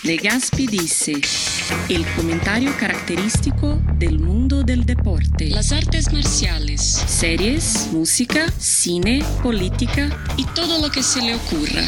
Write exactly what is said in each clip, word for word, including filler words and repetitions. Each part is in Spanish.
De Gaspi dice, el comentario característico del mundo del deporte, las artes marciales, series, música, cine, política y todo lo que se le ocurra.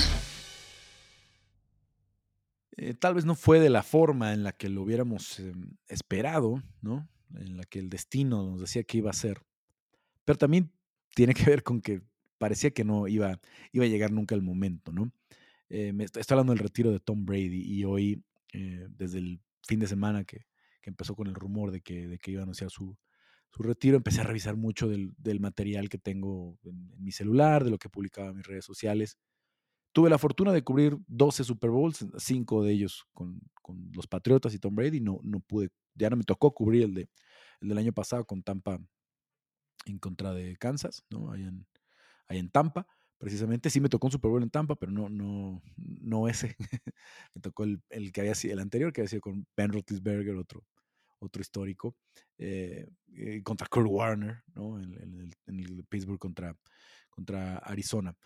Eh, tal vez no fue de la forma en la que lo hubiéramos eh, esperado, ¿no? En la que el destino nos decía que iba a ser. Pero también tiene que ver con que parecía que no iba, iba a llegar nunca el momento, ¿no? Eh, me estoy, estoy hablando del retiro de Tom Brady y hoy, eh, desde el fin de semana que, que empezó con el rumor de que, de que iba a anunciar su, su retiro, empecé a revisar mucho del, del material que tengo en, en mi celular, de lo que publicaba en mis redes sociales. Tuve la fortuna de cubrir doce Super Bowls, cinco de ellos con, con los Patriotas y Tom Brady. No, no pude, ya no me tocó cubrir el, de, el del año pasado con Tampa en contra de Kansas, ¿no? Ahí en, ahí en Tampa, precisamente. Sí me tocó un Super Bowl en Tampa, pero no, no, no ese. Me tocó el, el que había sido, el anterior, que había sido con Ben Roethlisberger, otro, otro histórico, eh, eh, contra Kurt Warner, ¿no? En, en el, en el Pittsburgh contra, contra Arizona.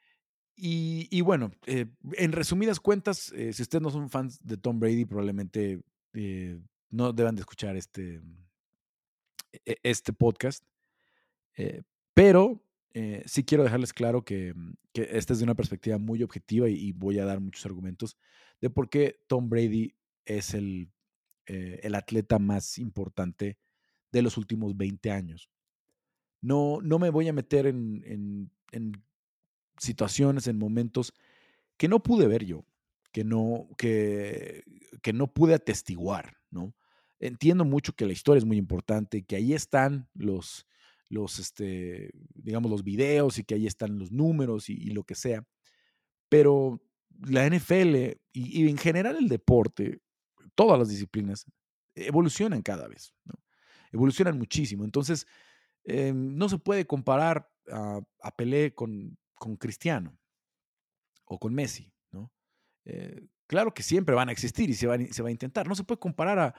Y, y bueno, eh, en resumidas cuentas, eh, si ustedes no son fans de Tom Brady, probablemente eh, no deban de escuchar este, e- este podcast. Eh, pero eh, sí quiero dejarles claro que, mm, que esta es de una perspectiva muy objetiva y, y voy a dar muchos argumentos de por qué Tom Brady es el, eh, el atleta más importante de los últimos veinte años. No, no me voy a meter en, en, en situaciones, en momentos que no pude ver yo, que no, que, que no pude atestiguar, ¿no? Entiendo mucho que la historia es muy importante, que ahí están los, los este, digamos, los videos y que ahí están los números y, y lo que sea, pero la N F L y, y en general el deporte, todas las disciplinas, evolucionan cada vez, ¿no? Evolucionan muchísimo. Entonces, eh, no se puede comparar a, a Pelé con, con Cristiano o con Messi, ¿no? Eh, claro que siempre van a existir y se, van, se va a intentar. No se puede comparar a,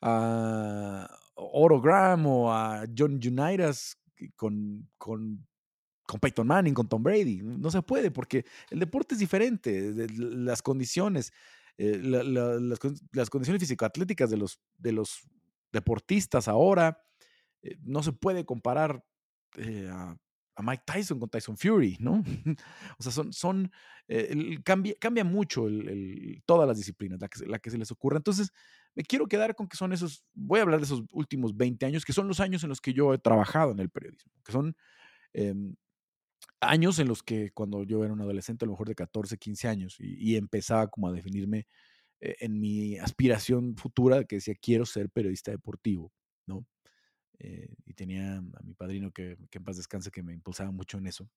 a Otto Graham o a John Unitas con, con, con Peyton Manning, con Tom Brady. No se puede porque el deporte es diferente. de- de- Las condiciones, eh, la- la- las, con- las condiciones físico-atléticas de los, de los deportistas ahora eh, no se puede comparar eh, a, a Mike Tyson con Tyson Fury, ¿no? O sea, son, son eh, el- cambia, cambia mucho el- el- todas las disciplinas, la que, se- la que se les ocurra. Entonces, me quiero quedar con que son esos, voy a hablar de esos últimos veinte años, que son los años en los que yo he trabajado en el periodismo, que son em, años en los que cuando yo era un adolescente, a lo mejor de catorce, quince años, y, y empezaba como a definirme eh, en mi aspiración futura, que decía, quiero ser periodista deportivo, ¿no? Eh, y tenía a mi padrino que, que en paz descanse, que me impulsaba mucho en eso.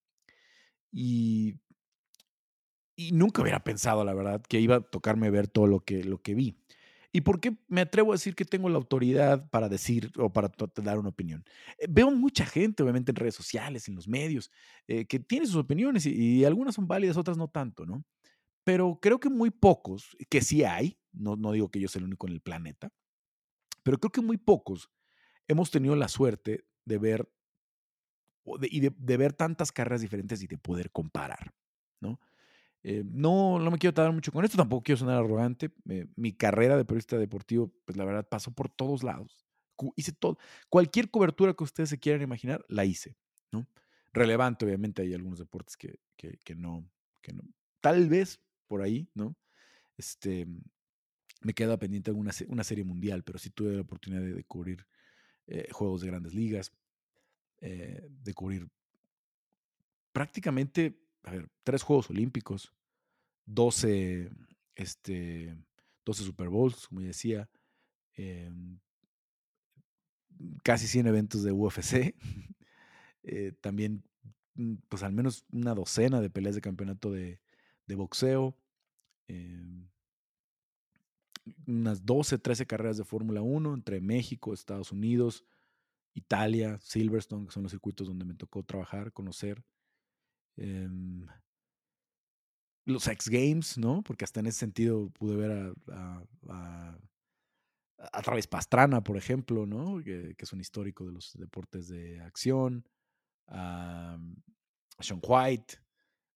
Y, y nunca hubiera pensado, la verdad, que iba a tocarme ver todo lo que, lo que vi. ¿Y por qué me atrevo a decir que tengo la autoridad para decir o para to- dar una opinión? Eh, veo mucha gente, obviamente, en redes sociales, en los medios, eh, que tiene sus opiniones y, y algunas son válidas, otras no tanto, ¿no? Pero creo que muy pocos, que sí hay, no, no digo que yo sea el único en el planeta, pero creo que muy pocos hemos tenido la suerte de ver o de, y de, de ver tantas carreras diferentes y de poder comparar, ¿no? Eh, no, no me quiero tardar mucho con esto, tampoco quiero sonar arrogante. Eh, mi carrera de periodista deportivo, pues la verdad, pasó por todos lados. Cu- Hice todo. Cualquier cobertura que ustedes se quieran imaginar, la hice, ¿no? Relevante, obviamente, hay algunos deportes que, que, que no, que no. Tal vez por ahí, ¿no? Este, me queda pendiente alguna se- una serie mundial, pero sí tuve la oportunidad de, de cubrir eh, juegos de grandes ligas, eh, de cubrir prácticamente, a ver, tres Juegos Olímpicos, doce, este, doce Super Bowls, como ya decía, em, casi cien eventos de U F C, eh, también, mm, pues al menos una docena de peleas de campeonato de, de boxeo, em, unas doce, trece carreras de Fórmula Uno entre México, Estados Unidos, Italia, Silverstone, que son los circuitos donde me tocó trabajar, conocer. em, los X Games, ¿no? Porque hasta en ese sentido pude ver a, a, a, a Travis Pastrana, por ejemplo, ¿no? Que, que es un histórico de los deportes de acción, a, a Sean White,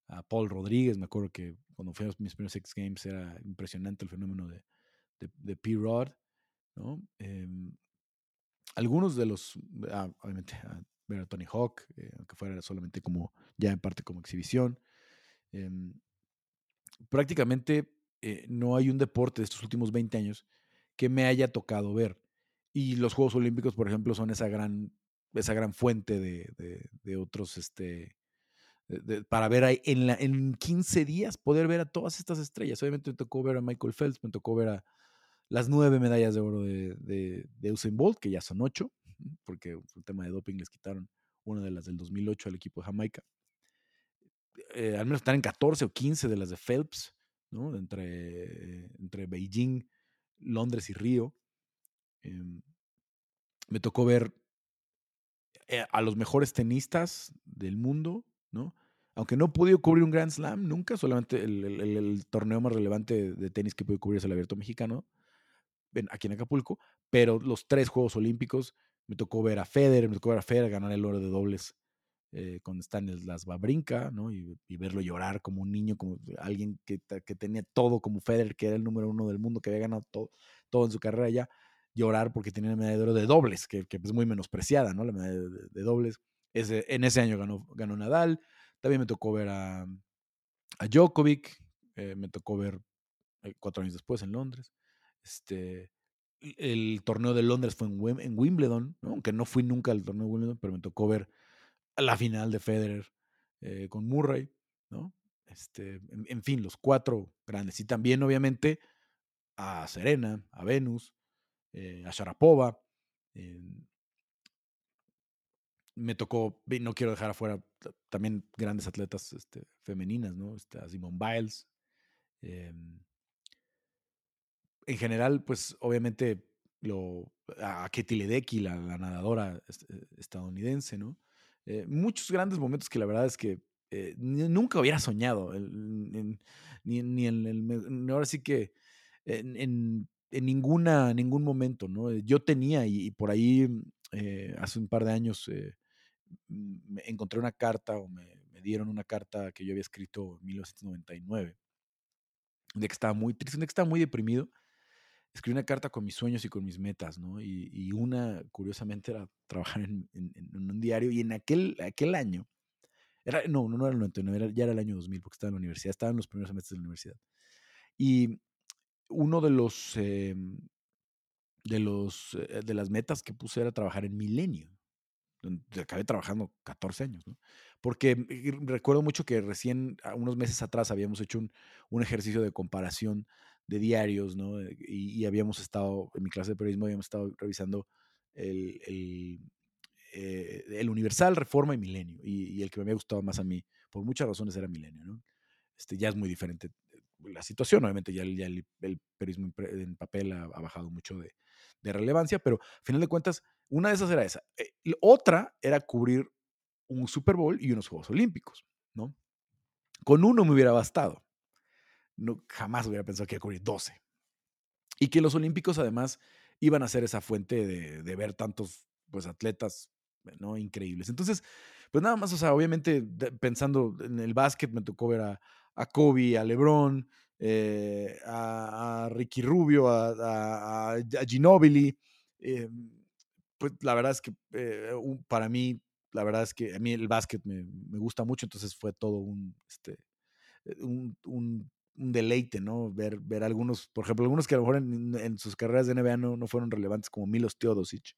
a Paul Rodríguez. Me acuerdo que cuando fui a mis primeros X Games era impresionante el fenómeno de, de, de P-Rod, ¿no? Eh, algunos de los, ah, obviamente, a ver a Tony Hawk, eh, aunque fuera solamente como, ya en parte como exhibición. Eh, prácticamente eh, no hay un deporte de estos últimos veinte años que me haya tocado ver. Y los Juegos Olímpicos, por ejemplo, son esa gran, esa gran fuente de, de, de otros, este, de, de, para ver ahí en, la, en quince días, poder ver a todas estas estrellas. Obviamente me tocó ver a Michael Phelps, me tocó ver a las nueve medallas de oro de, de, de Usain Bolt, que ya son ocho, porque el tema de doping les quitaron una de las del dos mil ocho al equipo de Jamaica. Eh, al menos están en catorce o quince de las de Phelps, ¿no? Entre, entre Beijing, Londres y Río. Eh, me tocó ver eh, a los mejores tenistas del mundo, ¿no? Aunque no he podido cubrir un Grand Slam nunca, solamente el, el, el, el torneo más relevante de tenis que pude cubrir es el Abierto Mexicano, en, aquí en Acapulco, pero los tres Juegos Olímpicos me tocó ver a Federer, me tocó ver a Federer ganar el oro de dobles eh, con Stanislas Wawrinka, ¿no? Y, y, verlo llorar como un niño, como alguien que, que tenía todo como Federer, que era el número uno del mundo, que había ganado todo, todo en su carrera ya, llorar porque tenía una medalla de oro de dobles, que, que es muy menospreciada, ¿no? La medalla de, de, de dobles. Ese, en ese año ganó, ganó Nadal. También me tocó ver a, a Djokovic, eh, me tocó ver eh, cuatro años después en Londres. Este, el torneo de Londres fue en, en Wimbledon, ¿no? Aunque no fui nunca al torneo de Wimbledon, pero me tocó ver la final de Federer eh, con Murray, ¿no? Este, en, en, fin, los cuatro grandes. Y también, obviamente, a Serena, a Venus, eh, a Sharapova. Eh, me tocó, no quiero dejar afuera también grandes atletas este, femeninas, ¿no? Este, a Simone Biles. Eh, en general, pues, obviamente, lo, a Katie Ledecky, la, la nadadora estadounidense, ¿no? Eh, muchos grandes momentos que la verdad es que eh, nunca hubiera soñado, en, en, ni, ni en el, ahora sí que en, en, en ninguna, ningún momento, ¿no? Yo tenía, y, y por ahí eh, hace un par de años eh, me encontré una carta, o me, me dieron una carta que yo había escrito en mil novecientos noventa y nueve, de que estaba muy triste, de que estaba muy deprimido. Escribí una carta con mis sueños y con mis metas, ¿no? Y, y una, curiosamente, era trabajar en, en, en, un diario. Y en aquel, aquel año, era, no, no era el noventa y nueve, era, ya era el año dos mil, porque estaba en la universidad, estaba en los primeros semestres de la universidad. Y uno de los, eh, de, los eh, de las metas que puse era trabajar en Milenio. Acabé trabajando catorce años, ¿no? Porque recuerdo mucho que recién, unos meses atrás, habíamos hecho un, un ejercicio de comparación de diarios, ¿no? Y, y, habíamos estado, en mi clase de periodismo, habíamos estado revisando el, el, eh, el Universal, Reforma y Milenio. Y, y el que me había gustado más a mí, por muchas razones, era Milenio, ¿no? Este, ya es muy diferente la situación, obviamente ya, ya el, el, periodismo en papel ha, ha bajado mucho de, de, relevancia, pero a final de cuentas, una de esas era esa. Eh, otra era cubrir un Super Bowl y unos Juegos Olímpicos, ¿no? Con uno me hubiera bastado. No, jamás hubiera pensado que iba a cubrir doce. Y que los Olímpicos, además, iban a ser esa fuente de, de ver tantos pues, atletas, ¿no? Increíbles. Entonces, pues nada más, o sea, obviamente, de, pensando en el básquet, me tocó ver a, a Kobe, a LeBron, eh, a, a, Ricky Rubio, a, a, a Ginobili. Eh, pues la verdad es que eh, un, para mí, la verdad es que a mí el básquet me, me gusta mucho, entonces fue todo un, este, un, un, un deleite, ¿no? Ver, ver algunos, por ejemplo, algunos que a lo mejor en, en sus carreras de N B A no, no fueron relevantes, como Milos Teodosic,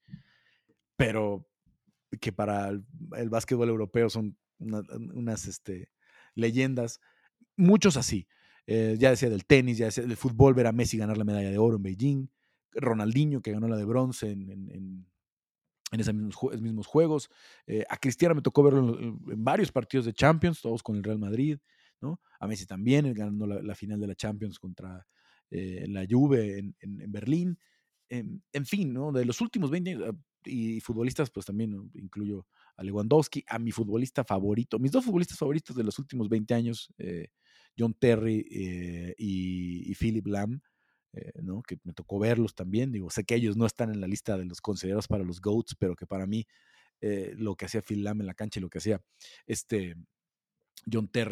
pero que para el, el básquetbol europeo son una, unas este, leyendas, muchos así. Eh, ya decía del tenis, ya decía del fútbol, ver a Messi ganar la medalla de oro en Beijing, Ronaldinho que ganó la de bronce en, en, en en esos mismos, mismos juegos. Eh, a Cristiano me tocó verlo en, en, varios partidos de Champions, todos con el Real Madrid, ¿no? A Messi también, ganando la, la final de la Champions contra eh, la Juve en, en, en Berlín. En, en, fin, ¿no? De los últimos veinte años, y futbolistas, pues también, ¿no? Incluyo a Lewandowski, a mi futbolista favorito, mis dos futbolistas favoritos de los últimos veinte años, eh, John Terry eh, y, y Philip Lahm. Eh, ¿no? Que me tocó verlos también, digo, sé que ellos no están en la lista de los considerados para los GOATs, pero que para mí eh, lo que hacía Phil Lahm en la cancha y lo que hacía este John Terry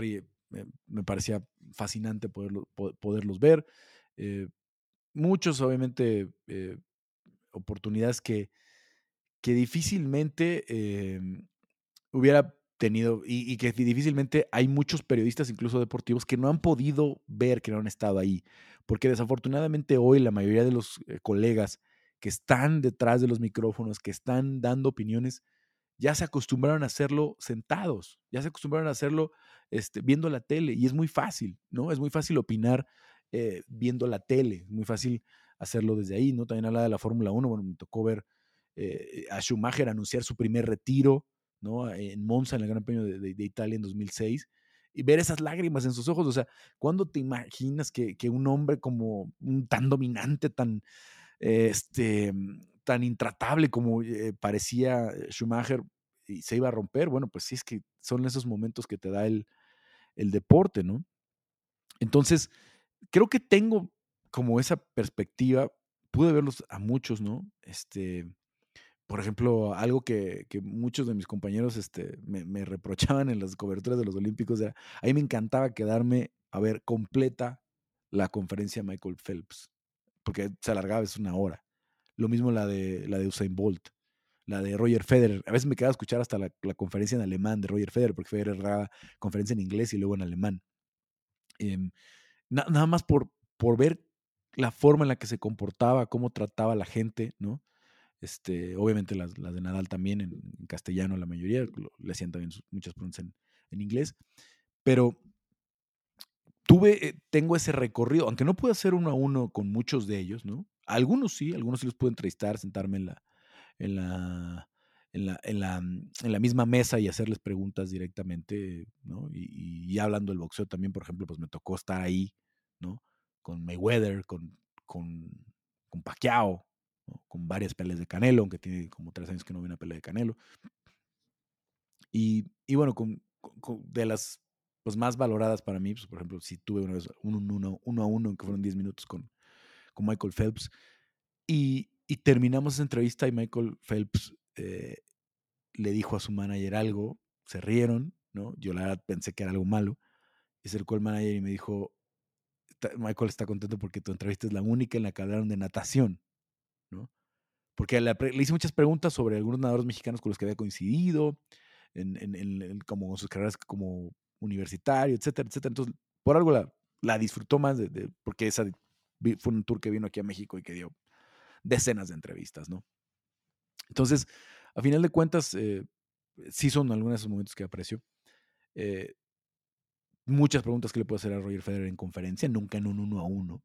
me, me parecía fascinante poderlo, po- poderlos ver. Eh, muchos, obviamente, eh, oportunidades que, que difícilmente eh, hubiera tenido y, y que difícilmente hay muchos periodistas, incluso deportivos, que no han podido ver, que no han estado ahí. Porque desafortunadamente hoy la mayoría de los eh, colegas que están detrás de los micrófonos, que están dando opiniones, ya se acostumbraron a hacerlo sentados, ya se acostumbraron a hacerlo este, viendo la tele y es muy fácil, ¿no? Es muy fácil opinar eh, viendo la tele, es muy fácil hacerlo desde ahí, ¿no? También habla de la Fórmula Uno, bueno, me tocó ver eh, a Schumacher anunciar su primer retiro, ¿no? En Monza, en el Gran Premio de, de, de Italia en dos mil seis, y ver esas lágrimas en sus ojos, o sea, ¿cuándo te imaginas que, que un hombre como un, tan dominante, tan, eh, este, tan intratable como eh, parecía Schumacher y se iba a romper? Bueno, pues sí, es que son esos momentos que te da el, el deporte, ¿no? Entonces, creo que tengo como esa perspectiva, pude verlos a muchos, ¿no? Este, por ejemplo, algo que, que muchos de mis compañeros este, me, me reprochaban en las coberturas de los Olímpicos era, a mí me encantaba quedarme a ver completa la conferencia de Michael Phelps, porque se alargaba, es una hora. Lo mismo la de, la de Usain Bolt, la de Roger Federer. A veces me quedaba a escuchar hasta la, la conferencia en alemán de Roger Federer, porque Federer daba conferencia en inglés y luego en alemán. Em, na- nada más por, por ver la forma en la que se comportaba, cómo trataba a la gente, ¿no? Este, obviamente las, las de Nadal también en, en castellano, la mayoría, lo- le hacían también sus- muchas preguntas en, en inglés, pero tuve, eh, tengo ese recorrido, aunque no pude hacer uno a uno con muchos de ellos, ¿no? Algunos sí, algunos sí los pude entrevistar, sentarme en la, en la, en la, en la, mm, en la misma mesa y hacerles preguntas directamente, ¿no? Y, y ya hablando del boxeo también, por ejemplo, pues me tocó estar ahí, ¿no? Con Mayweather, con, con, con Pacquiao, ¿no? Con varias peleas de Canelo, aunque tiene como tres años que no ve una pelea de Canelo. Y, y bueno, con, con- con- de las pues, más valoradas para mí, pues, por ejemplo, si tuve una vez un uno, uno, uno a uno, que fueron diez minutos con, con Michael Phelps, y, y terminamos esa entrevista y Michael Phelps eh, le dijo a su manager algo, se rieron, ¿no? Yo la verdad pensé que era algo malo, y se acercó el manager y me dijo, "Ta- Michael está contento porque tu entrevista es la única en la que hablaron de natación, ¿no? Porque le, pre- le hice muchas preguntas sobre algunos nadadores mexicanos con los que había coincidido, en, en- en- en como sus carreras como universitario, etcétera, etcétera. Entonces, por algo la, la disfrutó más, de, de- porque esa vi- fue un tour que vino aquí a México y que dio decenas de entrevistas, ¿no? Entonces, a final de cuentas, eh, sí son algunos de esos momentos que aprecio. Eh, muchas preguntas que le puedo hacer a Roger Federer en conferencia, nunca en un uno a uno.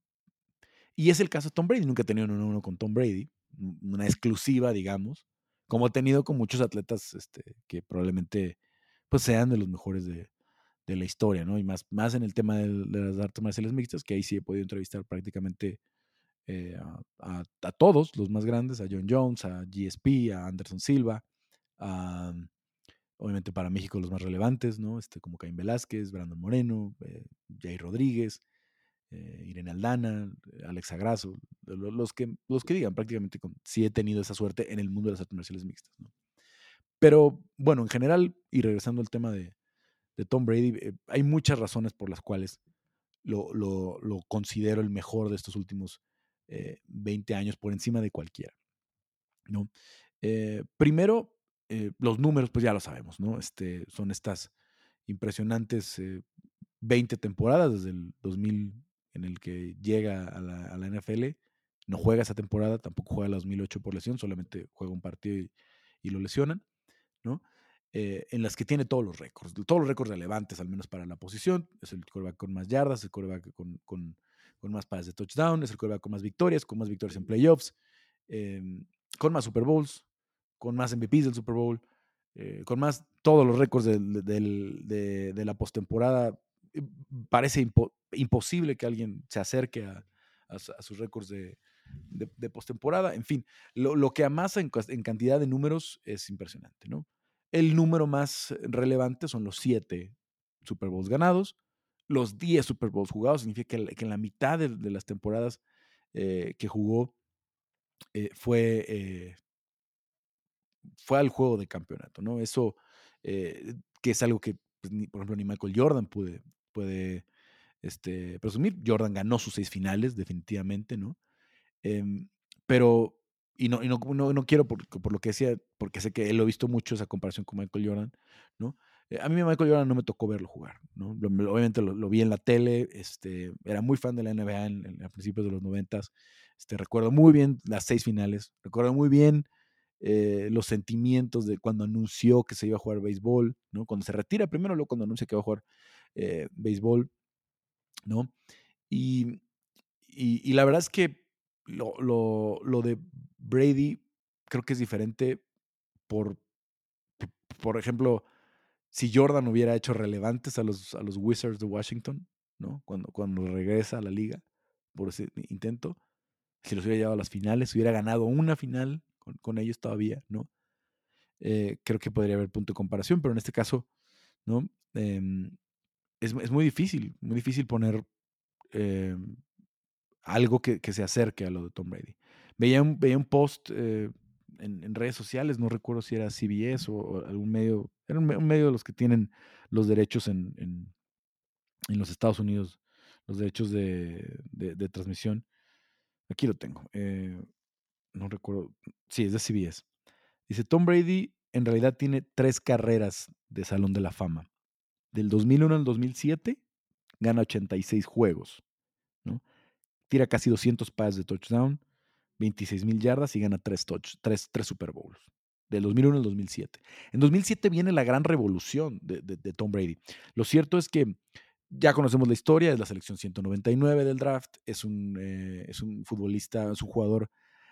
Y es el caso de Tom Brady, nunca he tenido un uno a uno con Tom Brady, una exclusiva, digamos, como he tenido con muchos atletas este, que probablemente pues, sean de los mejores de, de la historia, ¿no? Y más, más en el tema del- de, las artes marciales mixtas, que ahí sí he podido entrevistar prácticamente eh, a, a- a todos los más grandes, a John Jones, a G S P, a Anderson Silva, a, obviamente para México los más relevantes, ¿no? Este, como Caín Velázquez, Brandon Moreno, eh, Jair Rodríguez, eh, Irene Aldana, eh, Alexa Grasso, lo- los que, los que digan prácticamente con, sí he tenido esa suerte en el mundo de las artes marciales mixtas, ¿no? Pero bueno, en general, y regresando al tema de, de Tom Brady, eh, hay muchas razones por las cuales lo, lo, lo considero el mejor de estos últimos eh, veinte años por encima de cualquiera, ¿no? Eh, primero, eh, los números, pues ya lo sabemos, ¿no? Este, son estas impresionantes eh, veinte temporadas desde el dos mil en el que llega a la, a la N F L. No juega esa temporada, tampoco juega la dos mil ocho por lesión, solamente juega un partido y, y lo lesionan, ¿no? Eh, en las que tiene todos los récords, todos los récords relevantes, al menos para la posición. Es el quarterback con más yardas, el quarterback con, con, con más pases de touchdown, es el quarterback con más victorias, con más victorias en playoffs, eh, con más Super Bowls, con más M V Ps del Super Bowl, eh, con más todos los récords del- del- de, de la postemporada. Eh, Parece impo- imposible que alguien se acerque a, a su- a sus récords de, de, de postemporada. En fin, lo, lo que amasa en, cuas- en cantidad de números es impresionante, ¿no? El número más relevante son los siete Super Bowls ganados, los diez Super Bowls jugados. Significa que, la- que en la mitad de, de las temporadas eh, que jugó eh, fue, eh, fue al juego de campeonato, ¿no? Eso, eh, que es algo que, pues, ni- por ejemplo, ni Michael Jordan pude, puede este, presumir. Jordan ganó sus seis finales, definitivamente, ¿no? Eh, pero, y no, y no, no, no quiero, por, por, lo que decía, porque sé que lo he visto mucho esa comparación con Michael Jordan, ¿no? Eh, a mí Michael Jordan no me tocó verlo jugar, ¿no? Lo, obviamente lo, lo, vi en la tele, este, era muy fan de la N B A en, en, a principios de los noventas, este, recuerdo muy bien las seis finales, recuerdo muy bien eh, los sentimientos de cuando anunció que se iba a jugar béisbol, ¿no? Cuando se retira primero, luego cuando anuncia que va a jugar eh, béisbol, ¿no? Y, y, y, la verdad es que lo, lo, lo, de Brady creo que es diferente por, por ejemplo, si Jordan hubiera hecho relevantes a los, a los Wizards de Washington, ¿no? Cuando, cuando regresa a la liga por ese intento, si los hubiera llevado a las finales, hubiera ganado una final con, con ellos todavía, ¿no? Eh, creo que podría haber punto de comparación, pero en este caso, ¿no? Eh, es, es, muy difícil, muy difícil poner eh, algo que, que, se acerque a lo de Tom Brady. Veía un, veía un post eh, en, en, redes sociales, no recuerdo si era C B S o, o algún medio, era un, un, medio de los que tienen los derechos en, en, en los Estados Unidos, los derechos de, de, de transmisión. Aquí lo tengo. Eh, no recuerdo. Sí, es de C B S. Dice, Tom Brady en realidad tiene tres carreras de Salón de la Fama. Del dos mil uno al dos mil siete gana ochenta y seis juegos, ¿no? Tira casi doscientos pases de touchdown, veintiséis mil yardas y gana tres, touch, tres, tres Super Bowls. Del dos mil uno al dos mil siete. En dos mil siete viene la gran revolución de, de, de Tom Brady. Lo cierto es que ya conocemos la historia, es la selección ciento noventa y nueve del draft, es un, eh, es un futbolista, es un jugador,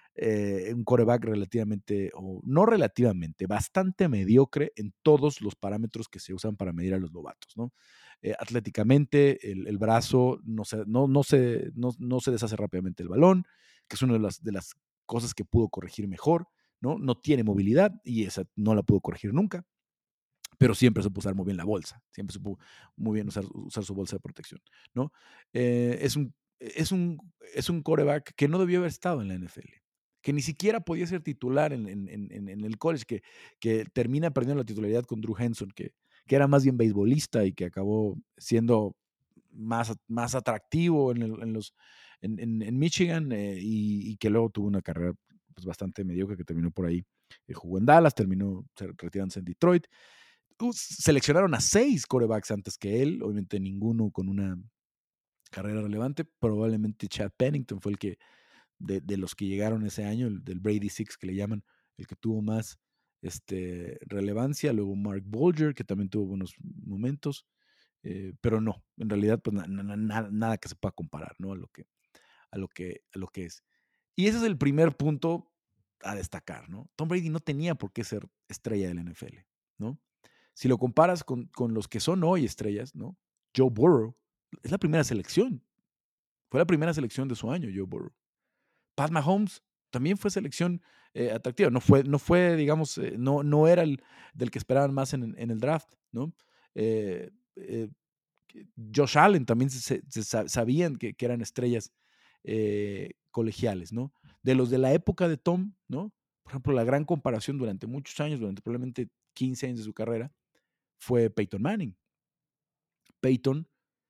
eh, un quarterback relativamente, o no relativamente, bastante mediocre en todos los parámetros que se usan para medir a los novatos, ¿no? Eh, atléticamente, el, el brazo no se, no, no, se, no, no se deshace rápidamente el balón, que es una de las, de las cosas que pudo corregir mejor, ¿no? No tiene movilidad y esa no la pudo corregir nunca, pero siempre supo usar muy bien la bolsa, siempre supo muy bien usar, usar su bolsa de protección, ¿no? Eh, es, un, es, un, es un quarterback que no debió haber estado en la N F L, que ni siquiera podía ser titular en, en, en, en el college, que, que termina perdiendo la titularidad con Drew Henson, que, que era más bien beisbolista y que acabó siendo más, más atractivo en, el, en, los, en, en, en Michigan eh, y, y que luego tuvo una carrera pues, bastante mediocre que terminó por ahí. Eh, jugó en Dallas, terminó retirándose en Detroit. Seleccionaron a seis quarterbacks antes que él, obviamente ninguno con una carrera relevante. Probablemente Chad Pennington fue el que, de, de los que llegaron ese año, el, del Brady Six que le llaman, el que tuvo más este, relevancia. Luego Mark Bulger, que también tuvo buenos momentos, eh, pero no, en realidad pues na, na, na, nada que se pueda comparar, ¿no? a, lo que, a, lo que, a lo que es. Y ese es el primer punto a destacar, ¿no? Tom Brady no tenía por qué ser estrella del N F L, ¿no? Si lo comparas con, con los que son hoy estrellas, ¿no? Joe Burrow es la primera selección. Fue la primera selección de su año, Joe Burrow. Pat Mahomes también fue selección eh, atractiva. No fue, no fue digamos, eh, no, no era el del que esperaban más en, en el draft, ¿no? Eh, eh, Josh Allen también se, se sabían que, que, eran estrellas eh, colegiales, ¿no? De los de la época de Tom, ¿no? Por ejemplo, la gran comparación durante muchos años, durante probablemente quince años de su carrera, fue Peyton Manning. Peyton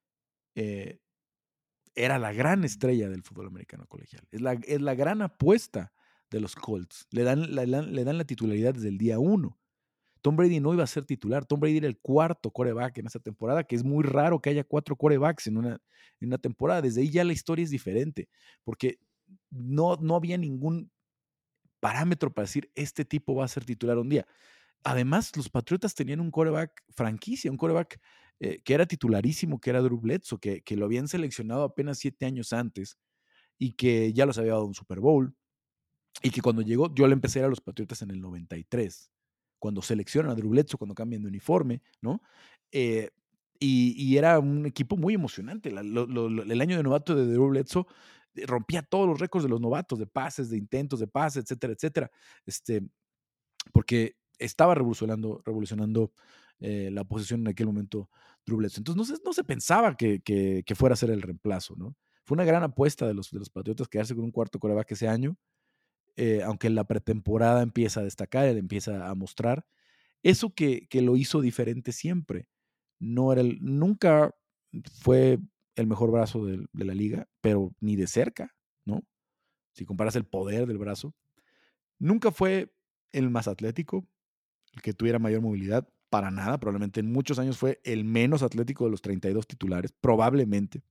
eh, era la gran estrella del fútbol americano colegial. Es la, es la gran apuesta de los Colts. Le dan, la, le dan la titularidad desde el día uno. Tom Brady no iba a ser titular. Tom Brady era el cuarto quarterback en esa temporada, que es muy raro que haya cuatro quarterbacks en una, en una temporada. Desde ahí ya la historia es diferente, porque no, no había ningún parámetro para decir este tipo va a ser titular un día. Además, los Patriotas tenían un quarterback franquicia, un quarterback eh, que era titularísimo, que era Drew Bledsoe, que, que lo habían seleccionado apenas siete años antes y que ya los había dado un Super Bowl. Y que cuando llegó, yo le empecé a ir a los Patriotas en el noventa y tres, cuando seleccionan a Drew Bledsoe, cuando cambian de uniforme, ¿no? Eh, y, y era un equipo muy emocionante. La, lo, lo, el año de novato de Drew Bledsoe rompía todos los récords de los novatos, de pases, de intentos de pases, etcétera, etcétera. Este, porque estaba revolucionando, revolucionando eh, la posición en aquel momento Drew Bledsoe. Entonces no se, no se pensaba que, que, que, fuera a ser el reemplazo, ¿no? Fue una gran apuesta de los, de los Patriotas quedarse con un cuarto quarterback ese año, eh, aunque en la pretemporada empieza a destacar, empieza a mostrar. Eso que, que lo hizo diferente siempre. No era el, nunca, fue el mejor brazo de, de la liga, pero ni de cerca, ¿no? Si comparas el poder del brazo. Nunca fue el más atlético, el que tuviera mayor movilidad, para nada. Probablemente en muchos años fue el menos atlético de los treinta y dos titulares, probablemente,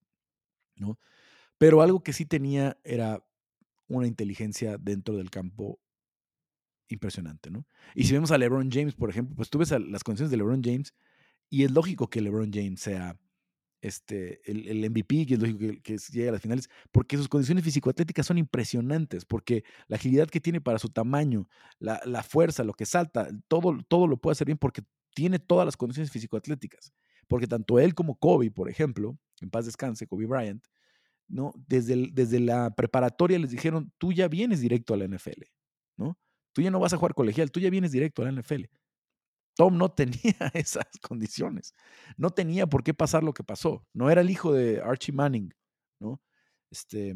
¿no? Pero algo que sí tenía era una inteligencia dentro del campo impresionante, ¿no? Y si vemos a LeBron James, por ejemplo, pues tú ves a las condiciones de LeBron James y es lógico que LeBron James sea este, el, el M V P, que es lógico que, que llegue a las finales, porque sus condiciones físico-atléticas son impresionantes, porque la agilidad que tiene para su tamaño, la, la fuerza, lo que salta, todo, todo lo puede hacer bien porque tiene todas las condiciones físico-atléticas. Porque tanto él como Kobe, por ejemplo, en paz descanse, Kobe Bryant, ¿no? Desde, el, desde la preparatoria les dijeron, tú ya vienes directo a la N F L, ¿no? Tú ya no vas a jugar colegial, tú ya vienes directo a la N F L. Tom no tenía esas condiciones. No tenía por qué pasar lo que pasó. No era el hijo de Archie Manning, ¿no? Este,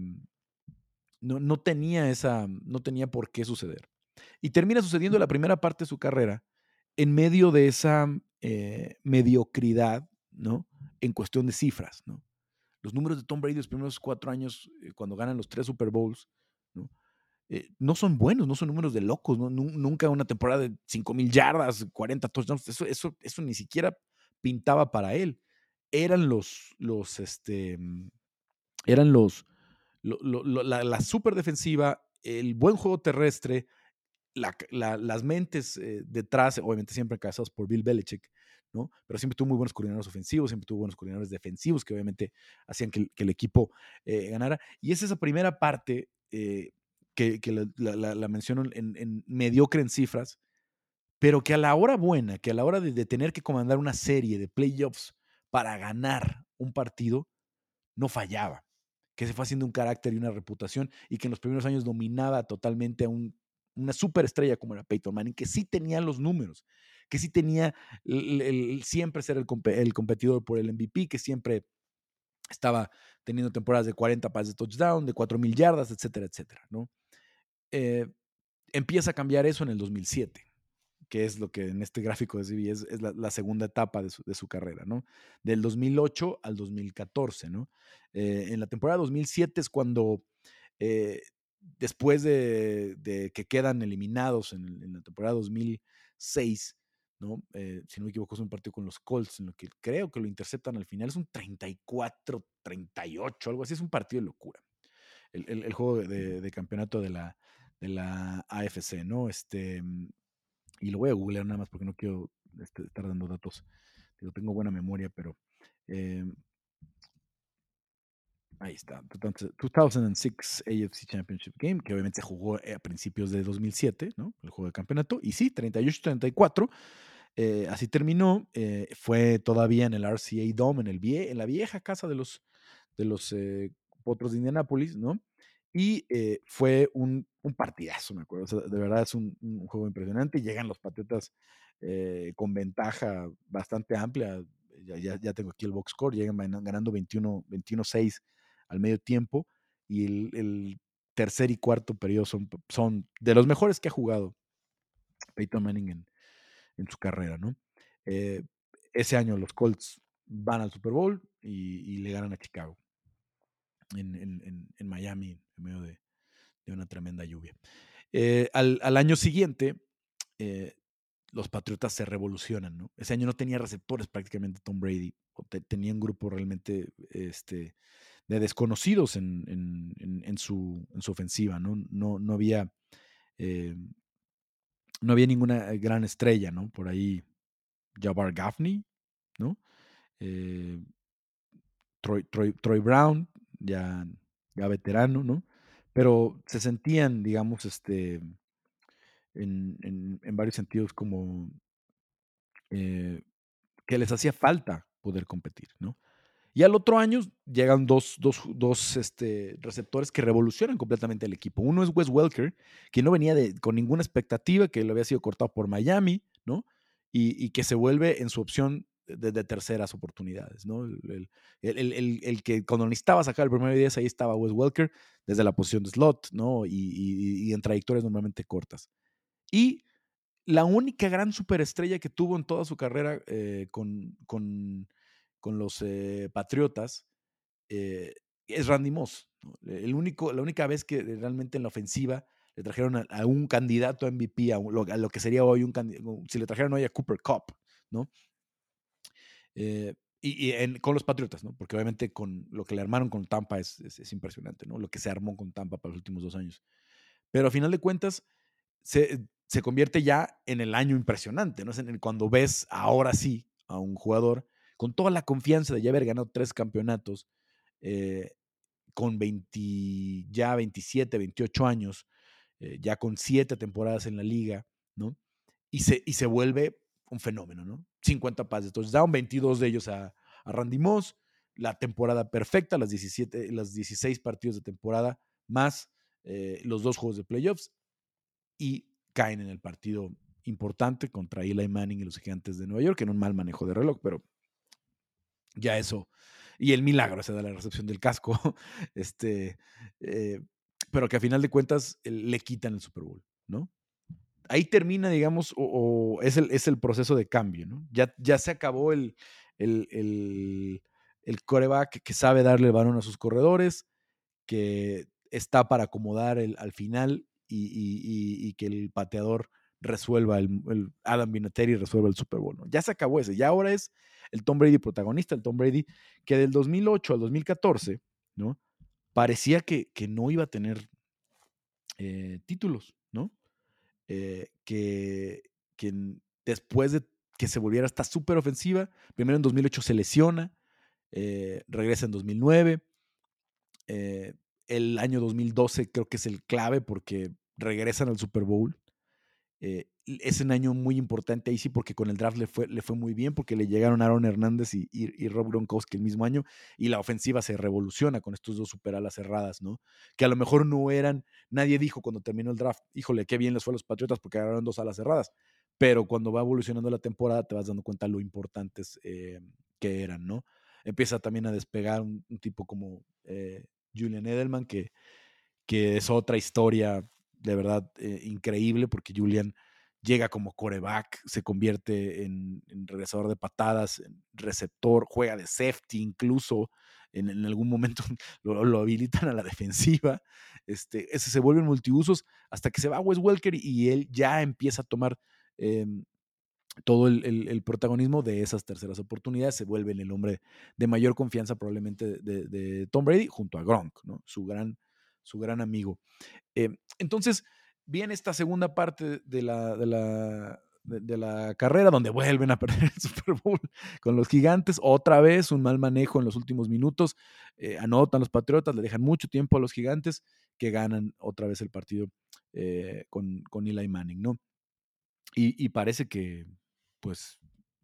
no, no tenía esa, no tenía por qué suceder. Y termina sucediendo la primera parte de su carrera en medio de esa eh, mediocridad, ¿no? En cuestión de cifras, ¿no? Los números de Tom Brady los primeros cuatro años, eh, cuando ganan los tres Super Bowls, ¿no? Eh, no son buenos, no son números de locos, ¿no? Nunca una temporada de cinco mil yardas, cuarenta touchdowns, eso, eso, eso ni siquiera pintaba para él. Eran los, los, este, eran los, lo, lo, lo, la, la super defensiva, el buen juego terrestre, la, la, las mentes eh, detrás, obviamente siempre encabezados por Bill Belichick, ¿no? Pero siempre tuvo muy buenos coordinadores ofensivos, siempre tuvo buenos coordinadores defensivos que obviamente hacían que, que el equipo eh, ganara. Y es esa primera parte eh, que, que la, la, la, menciono en, en mediocre en cifras, pero que a la hora buena, que a la hora de, de tener que comandar una serie de playoffs para ganar un partido, no fallaba, que se fue haciendo un carácter y una reputación y que en los primeros años dominaba totalmente a un, una superestrella como era Peyton Manning, que sí tenía los números, que sí tenía el, el, siempre ser el, el competidor por el M V P, que siempre estaba teniendo temporadas de cuarenta pases de touchdown, de cuatro mil yardas, etcétera, etcétera, ¿no? Eh, empieza a cambiar eso en el dos mil siete, que es lo que en este gráfico de C B es, es la, la, segunda etapa de su, de su, carrera, ¿no? Del dos mil ocho al dos mil catorce, ¿no? Eh, en la temporada dos mil siete es cuando, eh, después de, de, que quedan eliminados en, en la temporada dos mil seis, ¿no? Eh, si no me equivoco, es un partido con los Colts, en lo que creo que lo interceptan al final, es un treinta y cuatro treinta y ocho, algo así, es un partido de locura. El, el, el juego de, de, campeonato de la, de la A F C, ¿no? Este, y lo voy a googlear nada más porque no quiero este, estar dando datos. Yo tengo buena memoria, pero eh, ahí está. Entonces, dos mil seis A F C Championship Game, que obviamente se jugó a principios de dos mil siete, ¿no? El juego de campeonato. Y sí, treinta y ocho treinta y cuatro. Eh, así terminó. Eh, fue todavía en el R C A Dome, en, el vie en la vieja casa de los, de los eh, Potros de Indianápolis, ¿no? Y eh, fue un, un, partidazo, me acuerdo. O sea, de verdad es un, un, juego impresionante. Llegan los Patriotas eh, con ventaja bastante amplia. Ya, ya, ya, tengo aquí el box score. Llegan ganando veintiuno seis al medio tiempo. Y el, el tercer y cuarto periodo son, son de los mejores que ha jugado Peyton Manning en, en su carrera, ¿no? Eh, ese año los Colts van al Super Bowl y, y le ganan a Chicago. En, en, en, Miami, en medio de, de una tremenda lluvia. Eh, al, al, año siguiente, eh, los Patriotas se revolucionan, ¿no? Ese año no tenía receptores prácticamente Tom Brady, te, tenía un grupo realmente este, de desconocidos en, en, en, en, su, en su ofensiva, ¿no? No, no había eh, no había ninguna gran estrella, ¿no? Por ahí Jabbar Gaffney, ¿no? Eh, Troy, Troy, Troy Brown, ya, ya veterano, ¿no? Pero se sentían, digamos, este, en, en, en varios sentidos como eh, que les hacía falta poder competir, ¿no? Y al otro año llegan dos, dos, dos este, receptores que revolucionan completamente el equipo. Uno es Wes Welker, que no venía de, con ninguna expectativa, que lo había sido cortado por Miami, ¿no? Y, y que se vuelve en su opción de, de terceras oportunidades, ¿no? El, el, el, el, el que cuando necesitaba sacar el primer diez, ahí estaba Wes Welker, desde la posición de slot, ¿no? Y, y, y en trayectorias normalmente cortas. Y la única gran superestrella que tuvo en toda su carrera eh, con, con con los eh, Patriotas, eh, es Randy Moss, ¿no? El único, la única vez que realmente en la ofensiva le trajeron a, a un candidato a M V P, a, un, a, lo que sería hoy un candidato, si le trajeron hoy a Cooper Kupp, ¿no? Eh, y, y en, con los Patriotas, ¿no? Porque obviamente con lo que le armaron con Tampa es, es, es impresionante, ¿no? Lo que se armó con Tampa para los últimos dos años. Pero a final de cuentas, se, se convierte ya en el año impresionante, ¿no? Cuando ves ahora sí a un jugador con toda la confianza de ya haber ganado tres campeonatos, eh, con veinte, ya veintisiete, veintiocho años, eh, ya con siete temporadas en la liga, ¿no? Y se, y se vuelve un fenómeno, ¿no? cincuenta pases, entonces daban veintidós de ellos a, a Randy Moss, la temporada perfecta, las diecisiete, las dieciséis partidos de temporada, más eh, los dos juegos de playoffs, y caen en el partido importante contra Eli Manning y los Gigantes de Nueva York, en un mal manejo de reloj, pero ya eso, y el milagro se da la recepción del casco, este, eh, pero que a final de cuentas le quitan el Super Bowl, ¿no? Ahí termina, digamos, o, o es, el, es el proceso de cambio, ¿no? Ya, ya se acabó el, el, el, el quarterback que sabe darle el balón a sus corredores, que está para acomodar el, al final y, y, y, y, que el pateador resuelva, el, el Adam Vinatieri resuelva el Super Bowl, ¿no? Ya se acabó ese, ya ahora es el Tom Brady protagonista, el Tom Brady que del dos mil ocho al dos mil catorce, ¿no? Parecía que, que no iba a tener eh, títulos, ¿no? Eh, que, que después de que se volviera hasta súper ofensiva, primero en dos mil ocho se lesiona, eh, regresa en dos mil nueve, eh, el año dos mil doce creo que es el clave porque regresan al Super Bowl. Eh, es un año muy importante ahí sí porque con el draft le fue, le fue muy bien porque le llegaron Aaron Hernández y, y, y Rob Gronkowski el mismo año y la ofensiva se revoluciona con estos dos super alas cerradas, ¿no? Que a lo mejor no eran, nadie dijo cuando terminó el draft, híjole, qué bien les fue a los Patriotas porque agarraron dos alas cerradas, pero cuando va evolucionando la temporada te vas dando cuenta lo importantes eh, que eran, ¿no? Empieza también a despegar un, un tipo como eh, Julian Edelman que, que es otra historia de verdad eh, increíble porque Julian llega como coreback, se convierte en, en regresador de patadas, en receptor, juega de safety incluso, en, en algún momento lo, lo, habilitan a la defensiva, este, ese se vuelven multiusos hasta que se va Wes Welker y él ya empieza a tomar eh, todo el, el, el, protagonismo de esas terceras oportunidades, se vuelve el hombre de mayor confianza probablemente de, de, de Tom Brady junto a Gronk, ¿no? Su gran, su gran amigo. Eh, entonces, viene esta segunda parte de la, de, la, de, de la carrera donde vuelven a perder el Super Bowl con los Gigantes. Otra vez un mal manejo en los últimos minutos. Eh, anotan los Patriotas, le dejan mucho tiempo a los Gigantes que ganan otra vez el partido eh, con, con Eli Manning, ¿no? Y, y parece que, pues,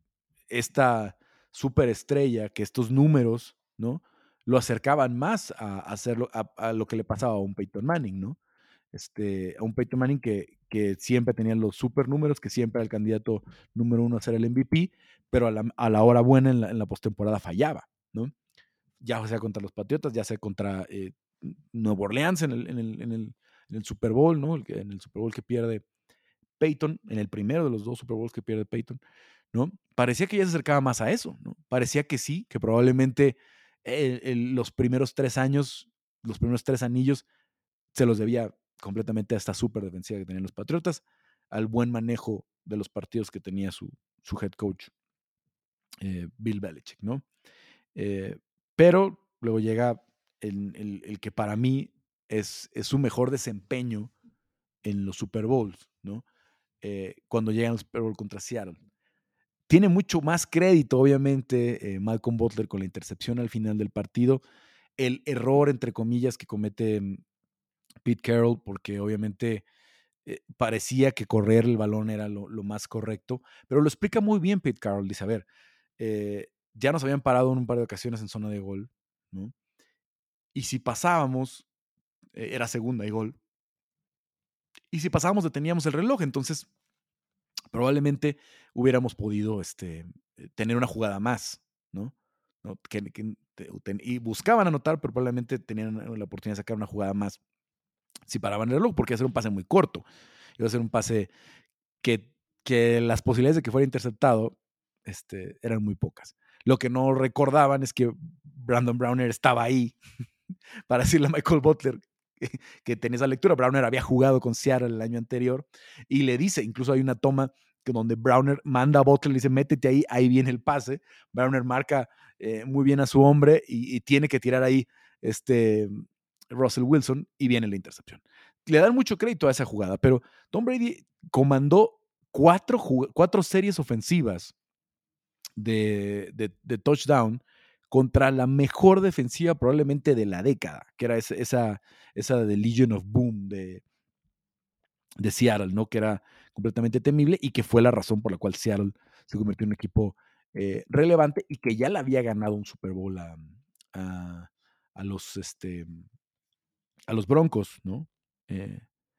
esta superestrella, que estos números, ¿no? Lo acercaban más a, hacerlo, a, a lo que le pasaba a un Peyton Manning, ¿no? Este, a un Peyton Manning que, que siempre tenía los super números, que siempre era el candidato número uno a ser el M V P, pero a la, a la hora buena en la, en la postemporada fallaba, ¿no? Ya sea contra los Patriotas, ya sea contra eh, Nueva Orleans en el, en, el, en, el, en el Super Bowl, ¿no? El, en el Super Bowl que pierde Peyton, en el primero de los dos Super Bowls que pierde Peyton, ¿no? Parecía que ya se acercaba más a eso, ¿no? Parecía que sí, que probablemente el, el, los primeros tres años, los primeros tres anillos, se los debía completamente a esta súper defensiva que tenían los Patriotas, al buen manejo de los partidos que tenía su, su head coach, eh, Bill Belichick, ¿no? Eh, pero luego llega el, el, el, que para mí es, es su mejor desempeño en los Super Bowls, ¿no? Eh, cuando llegan al Super Bowl contra Seattle. Tiene mucho más crédito, obviamente, eh, Malcolm Butler con la intercepción al final del partido. El error, entre comillas, que comete Pete Carroll, porque obviamente eh, parecía que correr el balón era lo, lo, más correcto, pero lo explica muy bien Pete Carroll. Dice, a ver, eh, ya nos habían parado en un par de ocasiones en zona de gol, ¿no? Y si pasábamos, eh, era segunda y gol. Y si pasábamos, deteníamos el reloj. Entonces, probablemente hubiéramos podido este, tener una jugada más, ¿no? ¿No? Que, que, ten, y buscaban anotar, pero probablemente tenían la oportunidad de sacar una jugada más si paraban el reloj, porque iba a ser un pase muy corto. Iba a ser un pase que, que las posibilidades de que fuera interceptado este, eran muy pocas. Lo que no recordaban es que Brandon Browner estaba ahí para decirle a Michael Butler que, que tenía esa lectura. Browner había jugado con Seattle el año anterior y le dice, incluso hay una toma que donde Browner manda a Butler y le dice, métete ahí, ahí viene el pase. Browner marca eh, muy bien a su hombre y, y tiene que tirar ahí este Russell Wilson y viene la intercepción. Le dan mucho crédito a esa jugada, pero Tom Brady comandó cuatro, cuatro series ofensivas de, de, de touchdown contra la mejor defensiva probablemente de la década, que era esa, esa, esa de Legion of Boom de, de Seattle, ¿no? Que era completamente temible y que fue la razón por la cual Seattle se convirtió en un equipo eh, relevante y que ya le había ganado un Super Bowl a, a, a los, este, a los Broncos, ¿no? Eh,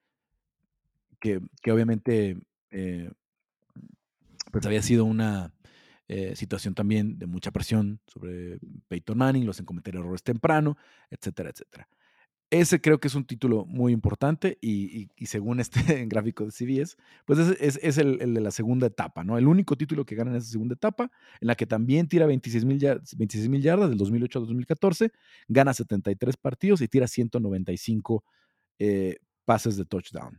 que, que, obviamente eh, pues había sido una eh, situación también de mucha presión sobre Peyton Manning, los en cometer errores temprano, etcétera, etcétera. Ese creo que es un título muy importante y, y, y según este gráfico de C B S, pues es, es, es el, el, de la segunda etapa, ¿no? El único título que gana en esa segunda etapa, en la que también tira veintiséis mil yardas, veintiséis mil yardas del dos mil ocho a dos mil catorce, gana setenta y tres partidos y tira ciento noventa y cinco eh, pases de touchdown.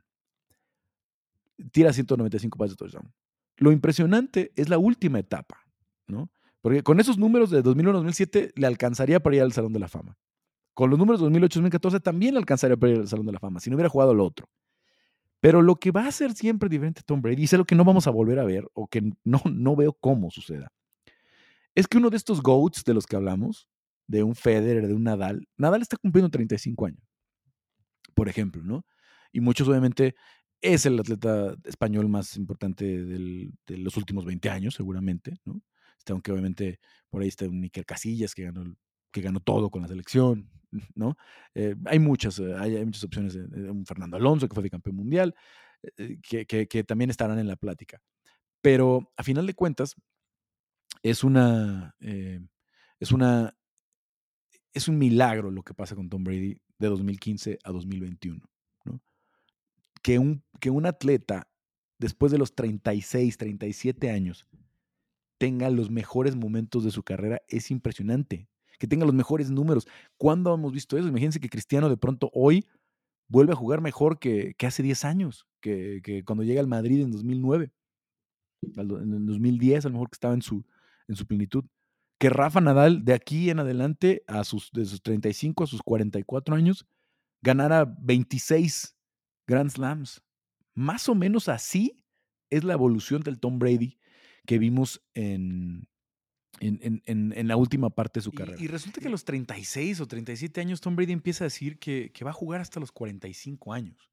Tira ciento noventa y cinco pases de touchdown. Lo impresionante es la última etapa, ¿no? Porque con esos números de dos mil uno a dos mil siete le alcanzaría para ir al Salón de la Fama. Con los números de dos mil ocho a dos mil catorce también le alcanzaría para ir al Salón de la Fama, si no hubiera jugado lo otro. Pero lo que va a ser siempre diferente Tom Brady, y es lo que no vamos a volver a ver, o que no, no veo cómo suceda, es que uno de estos GOATs de los que hablamos, de un Federer, de un Nadal, Nadal está cumpliendo treinta y cinco años, por ejemplo, ¿no? Y muchos obviamente es el atleta español más importante del, de los últimos veinte años, seguramente, ¿no? Este, aunque obviamente por ahí está un Iker Casillas que ganó, que ganó todo con la selección, ¿no? Eh, hay muchas, eh, hay, hay, muchas opciones, de, de un Fernando Alonso que fue bicampeón mundial, eh, que, que, que también estarán en la plática. Pero a final de cuentas, es una, eh, es una, es un milagro lo que pasa con Tom Brady de dos mil quince a dos mil veintiuno, ¿no? Que un, que un atleta, después de los treinta y seis, treinta y siete años, tenga los mejores momentos de su carrera es impresionante. Que tenga los mejores números. ¿Cuándo hemos visto eso? Imagínense que Cristiano de pronto hoy vuelve a jugar mejor que, que hace diez años, que, que cuando llega al Madrid en dos mil nueve, en el dos mil diez, a lo mejor que estaba en su, en su plenitud. Que Rafa Nadal, de aquí en adelante, a sus, de sus treinta y cinco a sus cuarenta y cuatro años, ganara veintiséis Grand Slams. Más o menos así es la evolución del Tom Brady que vimos en, en, en, en, en la última parte de su carrera. Y, y resulta que a los treinta y seis o treinta y siete años Tom Brady empieza a decir que, que va a jugar hasta los cuarenta y cinco años.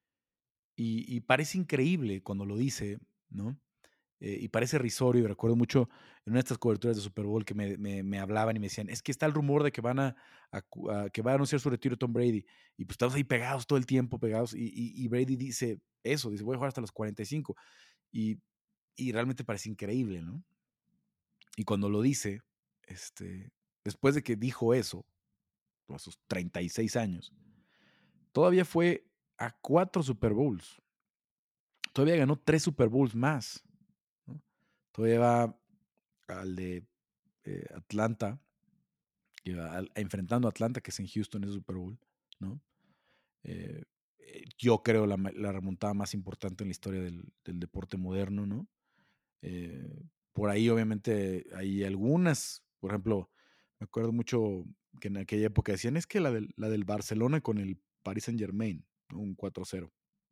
Y, y parece increíble cuando lo dice, ¿no? Eh, y parece risorio. Y recuerdo mucho en una de estas coberturas de Super Bowl que me, me, me hablaban y me decían, es que está el rumor de que van a, a, a que va a anunciar su retiro Tom Brady. Y pues estamos ahí pegados todo el tiempo, pegados. Y, y, y Brady dice eso, dice, voy a jugar hasta los cuarenta y cinco. Y, y realmente parece increíble, ¿no? Y cuando lo dice, este, después de que dijo eso, a sus treinta y seis años, todavía fue a cuatro Super Bowls. Todavía ganó tres Super Bowls más, ¿no? Todavía va al de eh, Atlanta, que va a, enfrentando a Atlanta, que es en Houston, ese Super Bowl, ¿no? Eh, eh, yo creo la, la remontada más importante en la historia del, del deporte moderno, ¿no? Eh, por ahí, obviamente, hay algunas, por ejemplo, me acuerdo mucho que en aquella época decían, es que la del, la del Barcelona con el Paris Saint Germain, ¿no? Un cuatro cero.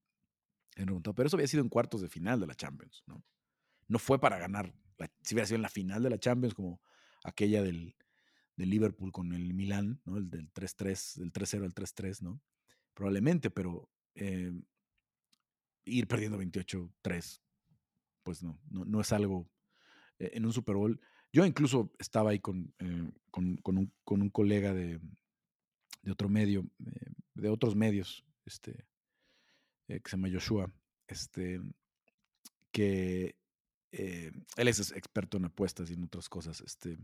Pero eso había sido en cuartos de final de la Champions, ¿no? No fue para ganar, la, si hubiera sido en la final de la Champions, como aquella del, del Liverpool con el Milán, ¿no? El del tres tres, del tres cero al tres tres, ¿no? Probablemente, pero eh, ir perdiendo veintiocho tres, pues no, no, no es algo eh, en un Super Bowl. Yo incluso estaba ahí con, eh, con, con, un, con un colega de, de otro medio, eh, de otros medios, este, eh, que se llama Joshua, este, que eh, él es experto en apuestas y en otras cosas, este,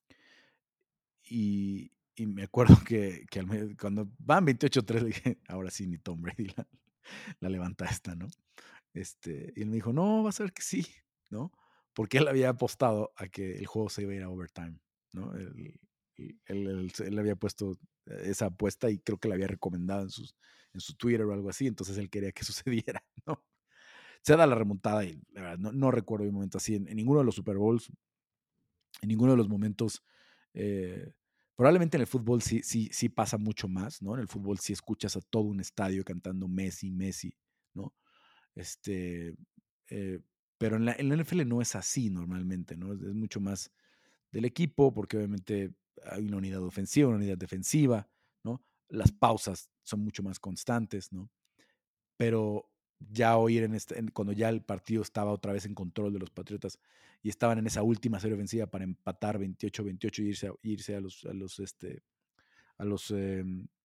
y, y me acuerdo que, que al, cuando van veintiocho tres le dije, ahora sí, ni Tom Brady la, la levanta esta, ¿no? Este, y él me dijo, no, va a ser que sí, ¿no? porque él había apostado a que el juego se iba a ir a overtime, ¿no? Él, él, él, él había puesto esa apuesta y creo que la había recomendado en, sus, en su Twitter o algo así, entonces él quería que sucediera, ¿no? Se da la remontada y la verdad, no, no recuerdo un momento así en, en ninguno de los Super Bowls, en ninguno de los momentos. Eh, probablemente en el fútbol sí, sí, sí pasa mucho más, ¿no? En el fútbol sí escuchas a todo un estadio cantando Messi, Messi, ¿no? Este, eh, pero en la, en la N F L no es así normalmente, ¿no? Es, es mucho más del equipo, porque obviamente hay una unidad ofensiva, una unidad defensiva, ¿no? Las pausas son mucho más constantes, ¿no? Pero ya oír en este, en, cuando ya el partido estaba otra vez en control de los Patriotas y estaban en esa última serie ofensiva para empatar veintiocho veintiocho y irse a, irse a los, a los, este, a los, eh,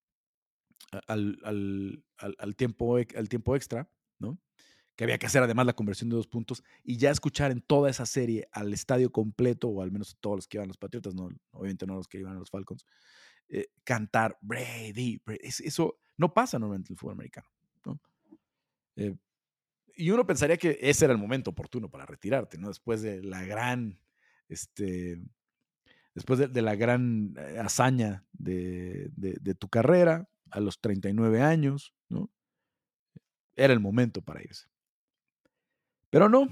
al, al, al, al, tiempo, al tiempo extra, ¿no? Que había que hacer además la conversión de dos puntos y ya escuchar en toda esa serie al estadio completo, o al menos todos los que iban a los Patriotas, no, obviamente no los que iban a los Falcons, eh, cantar Brady, Brady, eso no pasa normalmente en el fútbol americano, ¿no? Eh, y uno pensaría que ese era el momento oportuno para retirarte, ¿no? Después de la gran, este, después de, de la gran eh, hazaña de, de, de, tu carrera, a los treinta y nueve años, ¿no? Era el momento para irse. Pero no,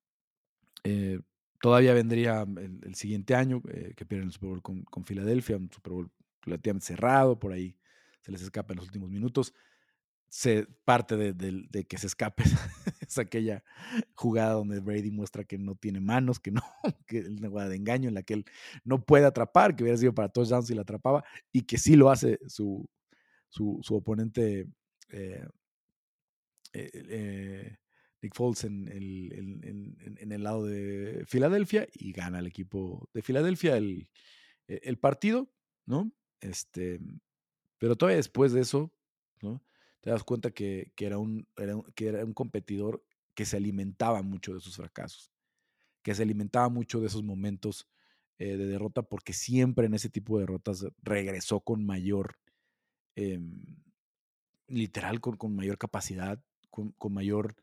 eh, todavía vendría el, el siguiente año, eh, que pierden el Super Bowl con, con Filadelfia, un Super Bowl relativamente cerrado, por ahí se les escapa en los últimos minutos. Se, parte de, de, de que se escape es aquella jugada donde Brady muestra que no tiene manos, que no, que es una jugada de engaño en la que él no puede atrapar, que hubiera sido para touchdown si la atrapaba, y que sí lo hace su, su, su oponente eh, eh, eh, Nick Foles en el, en, en, en el lado de Filadelfia y gana el equipo de Filadelfia el, el partido, ¿no? Este, pero todavía después de eso, ¿no? Te das cuenta que, que, era un, era un, que era un competidor que se alimentaba mucho de sus fracasos, que se alimentaba mucho de esos momentos eh, de derrota, porque siempre en ese tipo de derrotas regresó con mayor, eh, literal, con, con mayor capacidad, con, con mayor,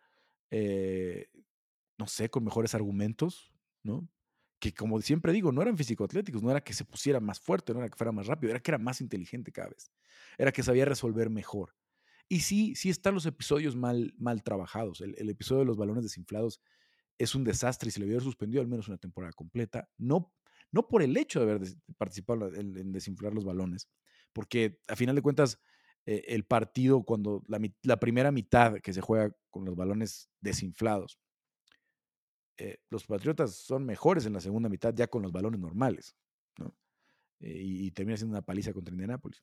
eh, no sé, con mejores argumentos, ¿no? Que como siempre digo, no eran físico-atléticos, no era que se pusiera más fuerte, no era que fuera más rápido, era que era más inteligente cada vez, era que sabía resolver mejor. Y sí, sí están los episodios mal, mal trabajados. El, el episodio de los balones desinflados es un desastre y se le hubiera suspendido al menos una temporada completa, no, no por el hecho de haber des- participado en, en desinflar los balones, porque a final de cuentas eh, el partido, cuando la, mi- la primera mitad que se juega con los balones desinflados, eh, los Patriotas son mejores en la segunda mitad ya con los balones normales, ¿no? Eh, y, y termina siendo una paliza contra Indianapolis.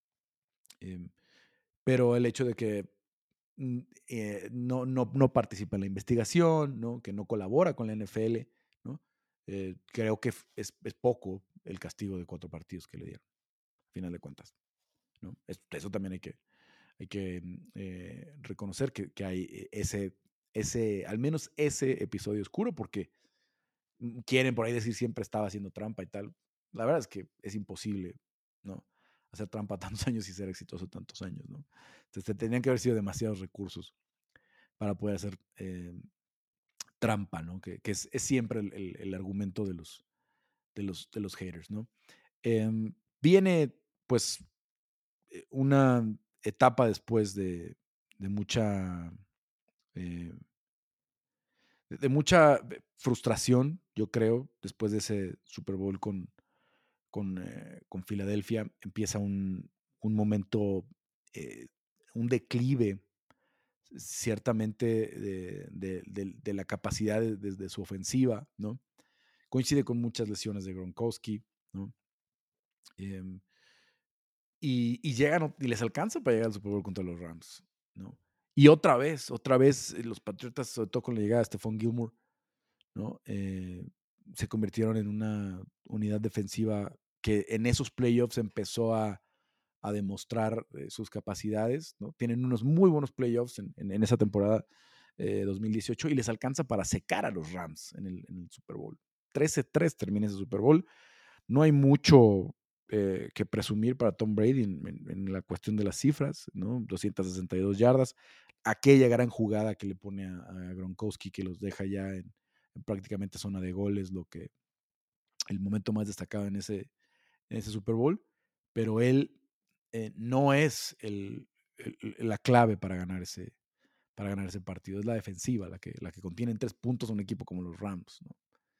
Eh, pero el hecho de que mm, eh, no, no, no participa en la investigación, ¿no? Que no colabora con la N F L, ¿no? Eh, creo que es, es, poco el castigo de cuatro partidos que le dieron, a final de cuentas, ¿no? Es, eso también hay que, hay que eh, reconocer que, que hay ese, ese, al menos ese episodio oscuro, porque quieren por ahí decir siempre estaba haciendo trampa y tal. La verdad es que es imposible, ¿no? Hacer trampa tantos años y ser exitoso tantos años, ¿no? Entonces tenían que haber sido demasiados recursos para poder hacer eh, trampa, ¿no? Que, que es, es, siempre el, el, el, argumento de los, de los, de los haters, ¿no? Eh, viene, pues, una etapa después de, de mucha... Eh, de mucha frustración, yo creo, después de ese Super Bowl con, con, eh, con Filadelfia, empieza un, un momento, eh, un declive ciertamente de, de, de, de la capacidad de, de, de, su ofensiva, ¿no? Coincide con muchas lesiones de Gronkowski, ¿no? Eh, y, y llegan y les alcanza para llegar al Super Bowl contra los Rams, ¿no? Y otra vez, otra vez, los Patriotas, sobre todo con la llegada de Stephon Gilmore, ¿no? Eh, se convirtieron en una unidad defensiva que en esos playoffs empezó a, a demostrar eh, sus capacidades, ¿no? Tienen unos muy buenos playoffs en, en, en esa temporada eh, dos mil dieciocho y les alcanza para secar a los Rams en el, en el Super Bowl. trece tres termina ese Super Bowl. No hay mucho eh, que presumir para Tom Brady en, en, en, la cuestión de las cifras, ¿no? doscientas sesenta y dos yardas. Aquella gran jugada que le pone a, a Gronkowski que los deja ya en, prácticamente zona de goles, lo que el momento más destacado en ese, en ese Super Bowl, pero él eh, no es el, el, la clave para ganar ese, para ganar ese partido, es la defensiva la que, la que contiene en tres puntos a un equipo como los Rams, ¿no?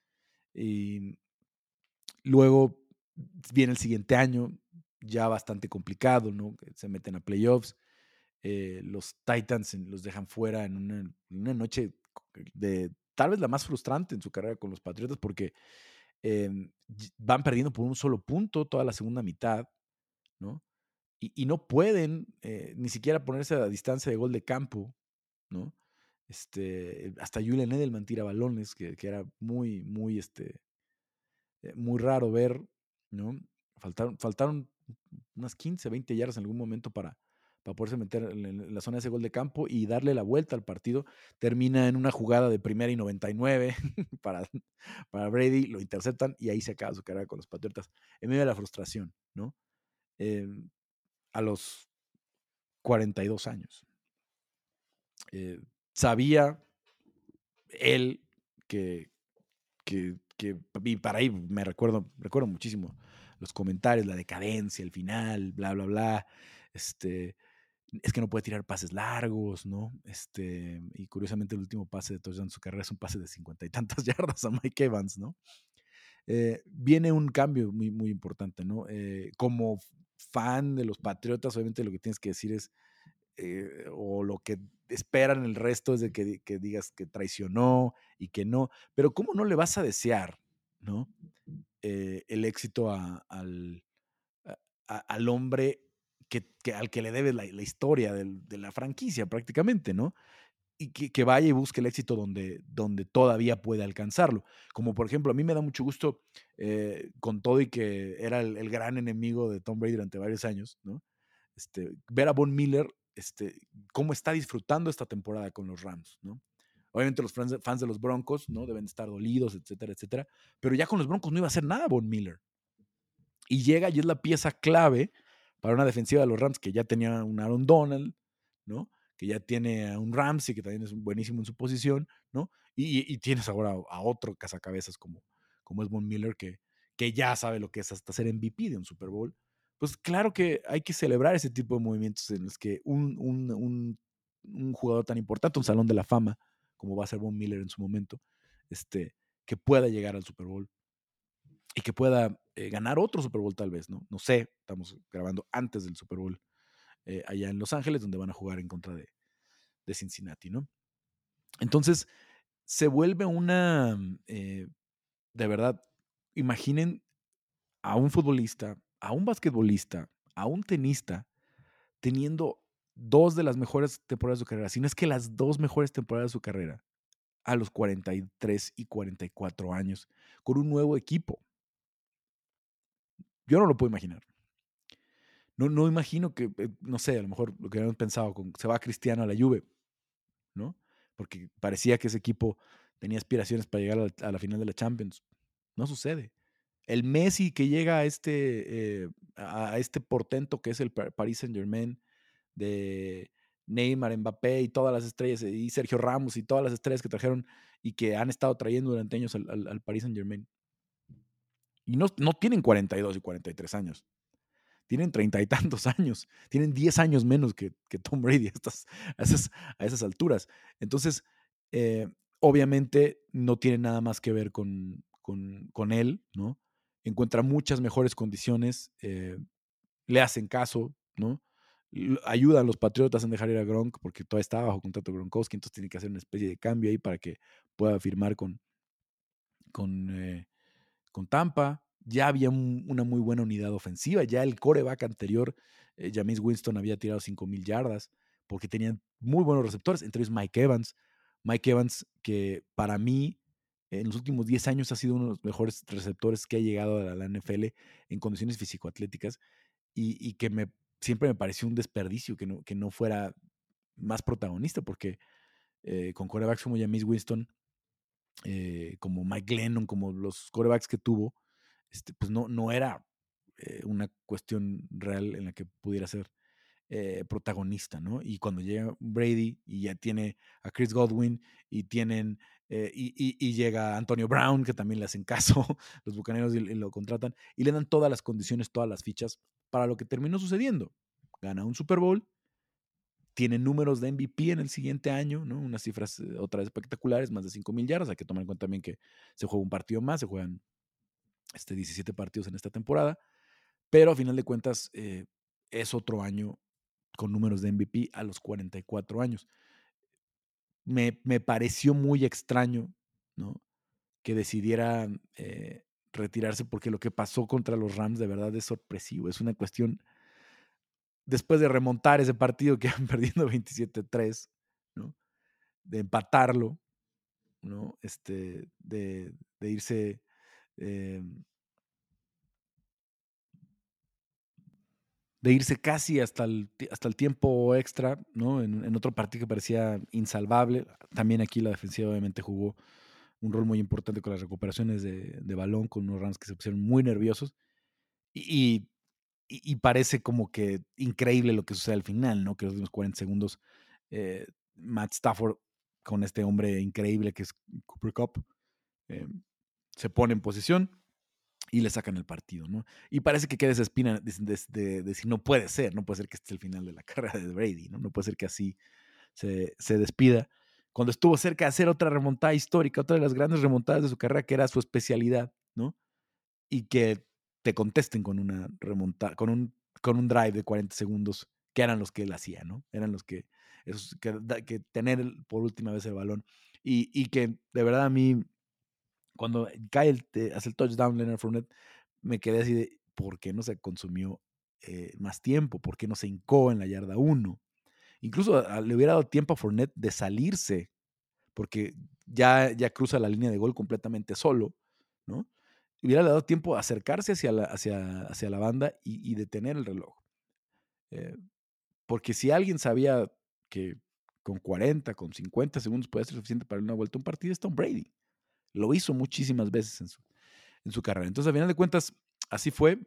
Y luego viene el siguiente año, ya bastante complicado, ¿no? Se meten a playoffs, eh, los Titans los dejan fuera en una, en una noche de tal vez la más frustrante en su carrera con los Patriotas, porque eh, van perdiendo por un solo punto toda la segunda mitad, ¿no? Y, y no pueden eh, ni siquiera ponerse a distancia de gol de campo, ¿no? Este, hasta Julian Edelman tira balones, que, que era muy, muy, este, eh, muy raro ver, ¿no? Faltaron, faltaron unas quince, veinte yardas en algún momento para, para poderse meter en, en la zona de ese gol de campo y darle la vuelta al partido. Termina en una jugada de primera y noventa y nueve para, para Brady, lo interceptan y ahí se acaba su carrera con los Patriotas, en medio de la frustración, ¿no? Eh, a los cuarenta y dos años. Eh, sabía él que, que, que, y para ahí me recuerdo, recuerdo muchísimo los comentarios, la decadencia, el final, bla, bla, bla. Este, es que no puede tirar pases largos, ¿no? Este, y curiosamente el último pase de touchdown en su carrera es un pase de cincuenta y tantas yardas a Mike Evans, ¿no? Eh, viene un cambio muy, muy importante, ¿no? Eh, como fan de los Patriotas, obviamente lo que tienes que decir es, eh, o lo que esperan el resto es de que, que, digas que traicionó y que no, pero ¿cómo no le vas a desear, ¿no? Eh, el éxito a, al, a, a, al hombre que, que, al que le debes la, la historia del, de la franquicia prácticamente, ¿no? Y que, que, vaya y busque el éxito donde, donde todavía puede alcanzarlo. Como por ejemplo, a mí me da mucho gusto, eh, con todo y que era el, el, gran enemigo de Tom Brady durante varios años, ¿no? Este, ver a Von Miller, este, cómo está disfrutando esta temporada con los Rams, ¿no? Obviamente los fans, fans de los Broncos, ¿no? Deben estar dolidos, etcétera, etcétera. Pero ya con los Broncos no iba a hacer nada Von Miller. Y llega y es la pieza clave para una defensiva de los Rams que ya tenía un Aaron Donald, ¿no? Que ya tiene a un Ramsey, que también es buenísimo en su posición, ¿no? Y, y tienes ahora a, a otro cazacabezas como, como es Von Miller, que, que ya sabe lo que es hasta ser M V P de un Super Bowl. Pues claro que hay que celebrar ese tipo de movimientos en los que un, un, un, un jugador tan importante, un salón de la fama, como va a ser Von Miller en su momento, este, que pueda llegar al Super Bowl y que pueda eh, ganar otro Super Bowl tal vez, ¿no? No sé, estamos grabando antes del Super Bowl eh, allá en Los Ángeles, donde van a jugar en contra de, de Cincinnati, ¿no? Entonces, se vuelve una, eh, de verdad, imaginen a un futbolista, a un basquetbolista, a un tenista, teniendo dos de las mejores temporadas de su carrera, si no es que las dos mejores temporadas de su carrera, a los cuarenta y tres y cuarenta y cuatro años, con un nuevo equipo. Yo no lo puedo imaginar. No, no imagino que, eh, no sé, a lo mejor lo que habíamos pensado, con, se va Cristiano a la Juve, ¿no? Porque parecía que ese equipo tenía aspiraciones para llegar a la, a la final de la Champions. No sucede. El Messi que llega a este, eh, a, a este portento que es el Paris Saint-Germain, de Neymar, Mbappé y todas las estrellas, y Sergio Ramos y todas las estrellas que trajeron y que han estado trayendo durante años al, al, al Paris Saint-Germain. Y no, no tienen cuarenta y dos y cuarenta y tres años. Tienen treinta y tantos años, tienen diez años menos que, que Tom Brady a, estas, a, esas, a esas alturas. Entonces, eh, obviamente no tiene nada más que ver con, con, con él, ¿no? Encuentra muchas mejores condiciones, eh, le hacen caso, ¿no? Ayudan a los Patriotas en dejar ir a Gronk porque todavía está bajo contrato Gronkowski, entonces tiene que hacer una especie de cambio ahí para que pueda firmar con, con, eh, con Tampa. Ya había un, una muy buena unidad ofensiva. Ya el coreback anterior, eh, Jameis Winston, había tirado cinco mil yardas porque tenían muy buenos receptores, entre ellos Mike Evans. Mike Evans, que para mí en los últimos diez años ha sido uno de los mejores receptores que ha llegado a la N F L en condiciones físico-atléticas y, y que me, siempre me pareció un desperdicio que no, que no fuera más protagonista porque eh, con corebacks como Jameis Winston, eh, como Mike Glennon, como los corebacks que tuvo, este, pues no, no era eh, una cuestión real en la que pudiera ser eh, protagonista, ¿no? Y cuando llega Brady y ya tiene a Chris Godwin y tienen eh, y, y, y, llega Antonio Brown, que también le hacen caso los Bucaneros y, y lo contratan, y le dan todas las condiciones, todas las fichas para lo que terminó sucediendo. Gana un Super Bowl, tiene números de M V P en el siguiente año, ¿no? Unas cifras eh, otra vez espectaculares, más de cinco mil yardas. Hay que tomar en cuenta también que se juega un partido más, se juegan este, diecisiete partidos en esta temporada, pero a final de cuentas eh, es otro año con números de M V P a los cuarenta y cuatro años. Me, me pareció muy extraño, ¿no? Que decidiera eh, retirarse, porque lo que pasó contra los Rams de verdad es sorpresivo. Es una cuestión, después de remontar ese partido que iban perdiendo veintisiete tres, ¿no? De empatarlo, ¿no? Este, de, de irse eh, de irse casi hasta el, hasta el tiempo extra, ¿no? En, en, otro partido que parecía insalvable. También aquí la defensiva obviamente jugó un rol muy importante con las recuperaciones de, de balón, con unos Rams que se pusieron muy nerviosos. Y, y, y, parece como que increíble lo que sucede al final, ¿no? Que los últimos cuarenta segundos, eh, Matt Stafford, con este hombre increíble que es Cooper Kupp, eh, se pone en posición y le sacan el partido, ¿no? Y parece que queda esa espina de, de, de, de si no puede ser, no puede ser que este es el final de la carrera de Brady, ¿no? No puede ser que así se, se despida. Cuando estuvo cerca de hacer otra remontada histórica, otra de las grandes remontadas de su carrera, que era su especialidad, ¿no? Y que te contesten con una remontada, con un, con un drive de cuarenta segundos, que eran los que él hacía, ¿no? Eran los que, esos, que, que tener por última vez el balón. Y, y que de verdad a mí, cuando cae el, hace el touchdown Leonard Fournette, me quedé así de, ¿por qué no se consumió eh, más tiempo? ¿Por qué no se hincó en la yarda uno? Incluso a, a, le hubiera dado tiempo a Fournette de salirse, porque ya, ya cruza la línea de gol completamente solo, ¿no? Hubiera dado tiempo a acercarse hacia la, hacia, hacia la banda y, y detener el reloj. Eh, porque si alguien sabía que con cuarenta, con cincuenta segundos puede ser suficiente para una vuelta a un partido, es Tom Brady. Lo hizo muchísimas veces en su, en su carrera. Entonces, al final de cuentas, así fue.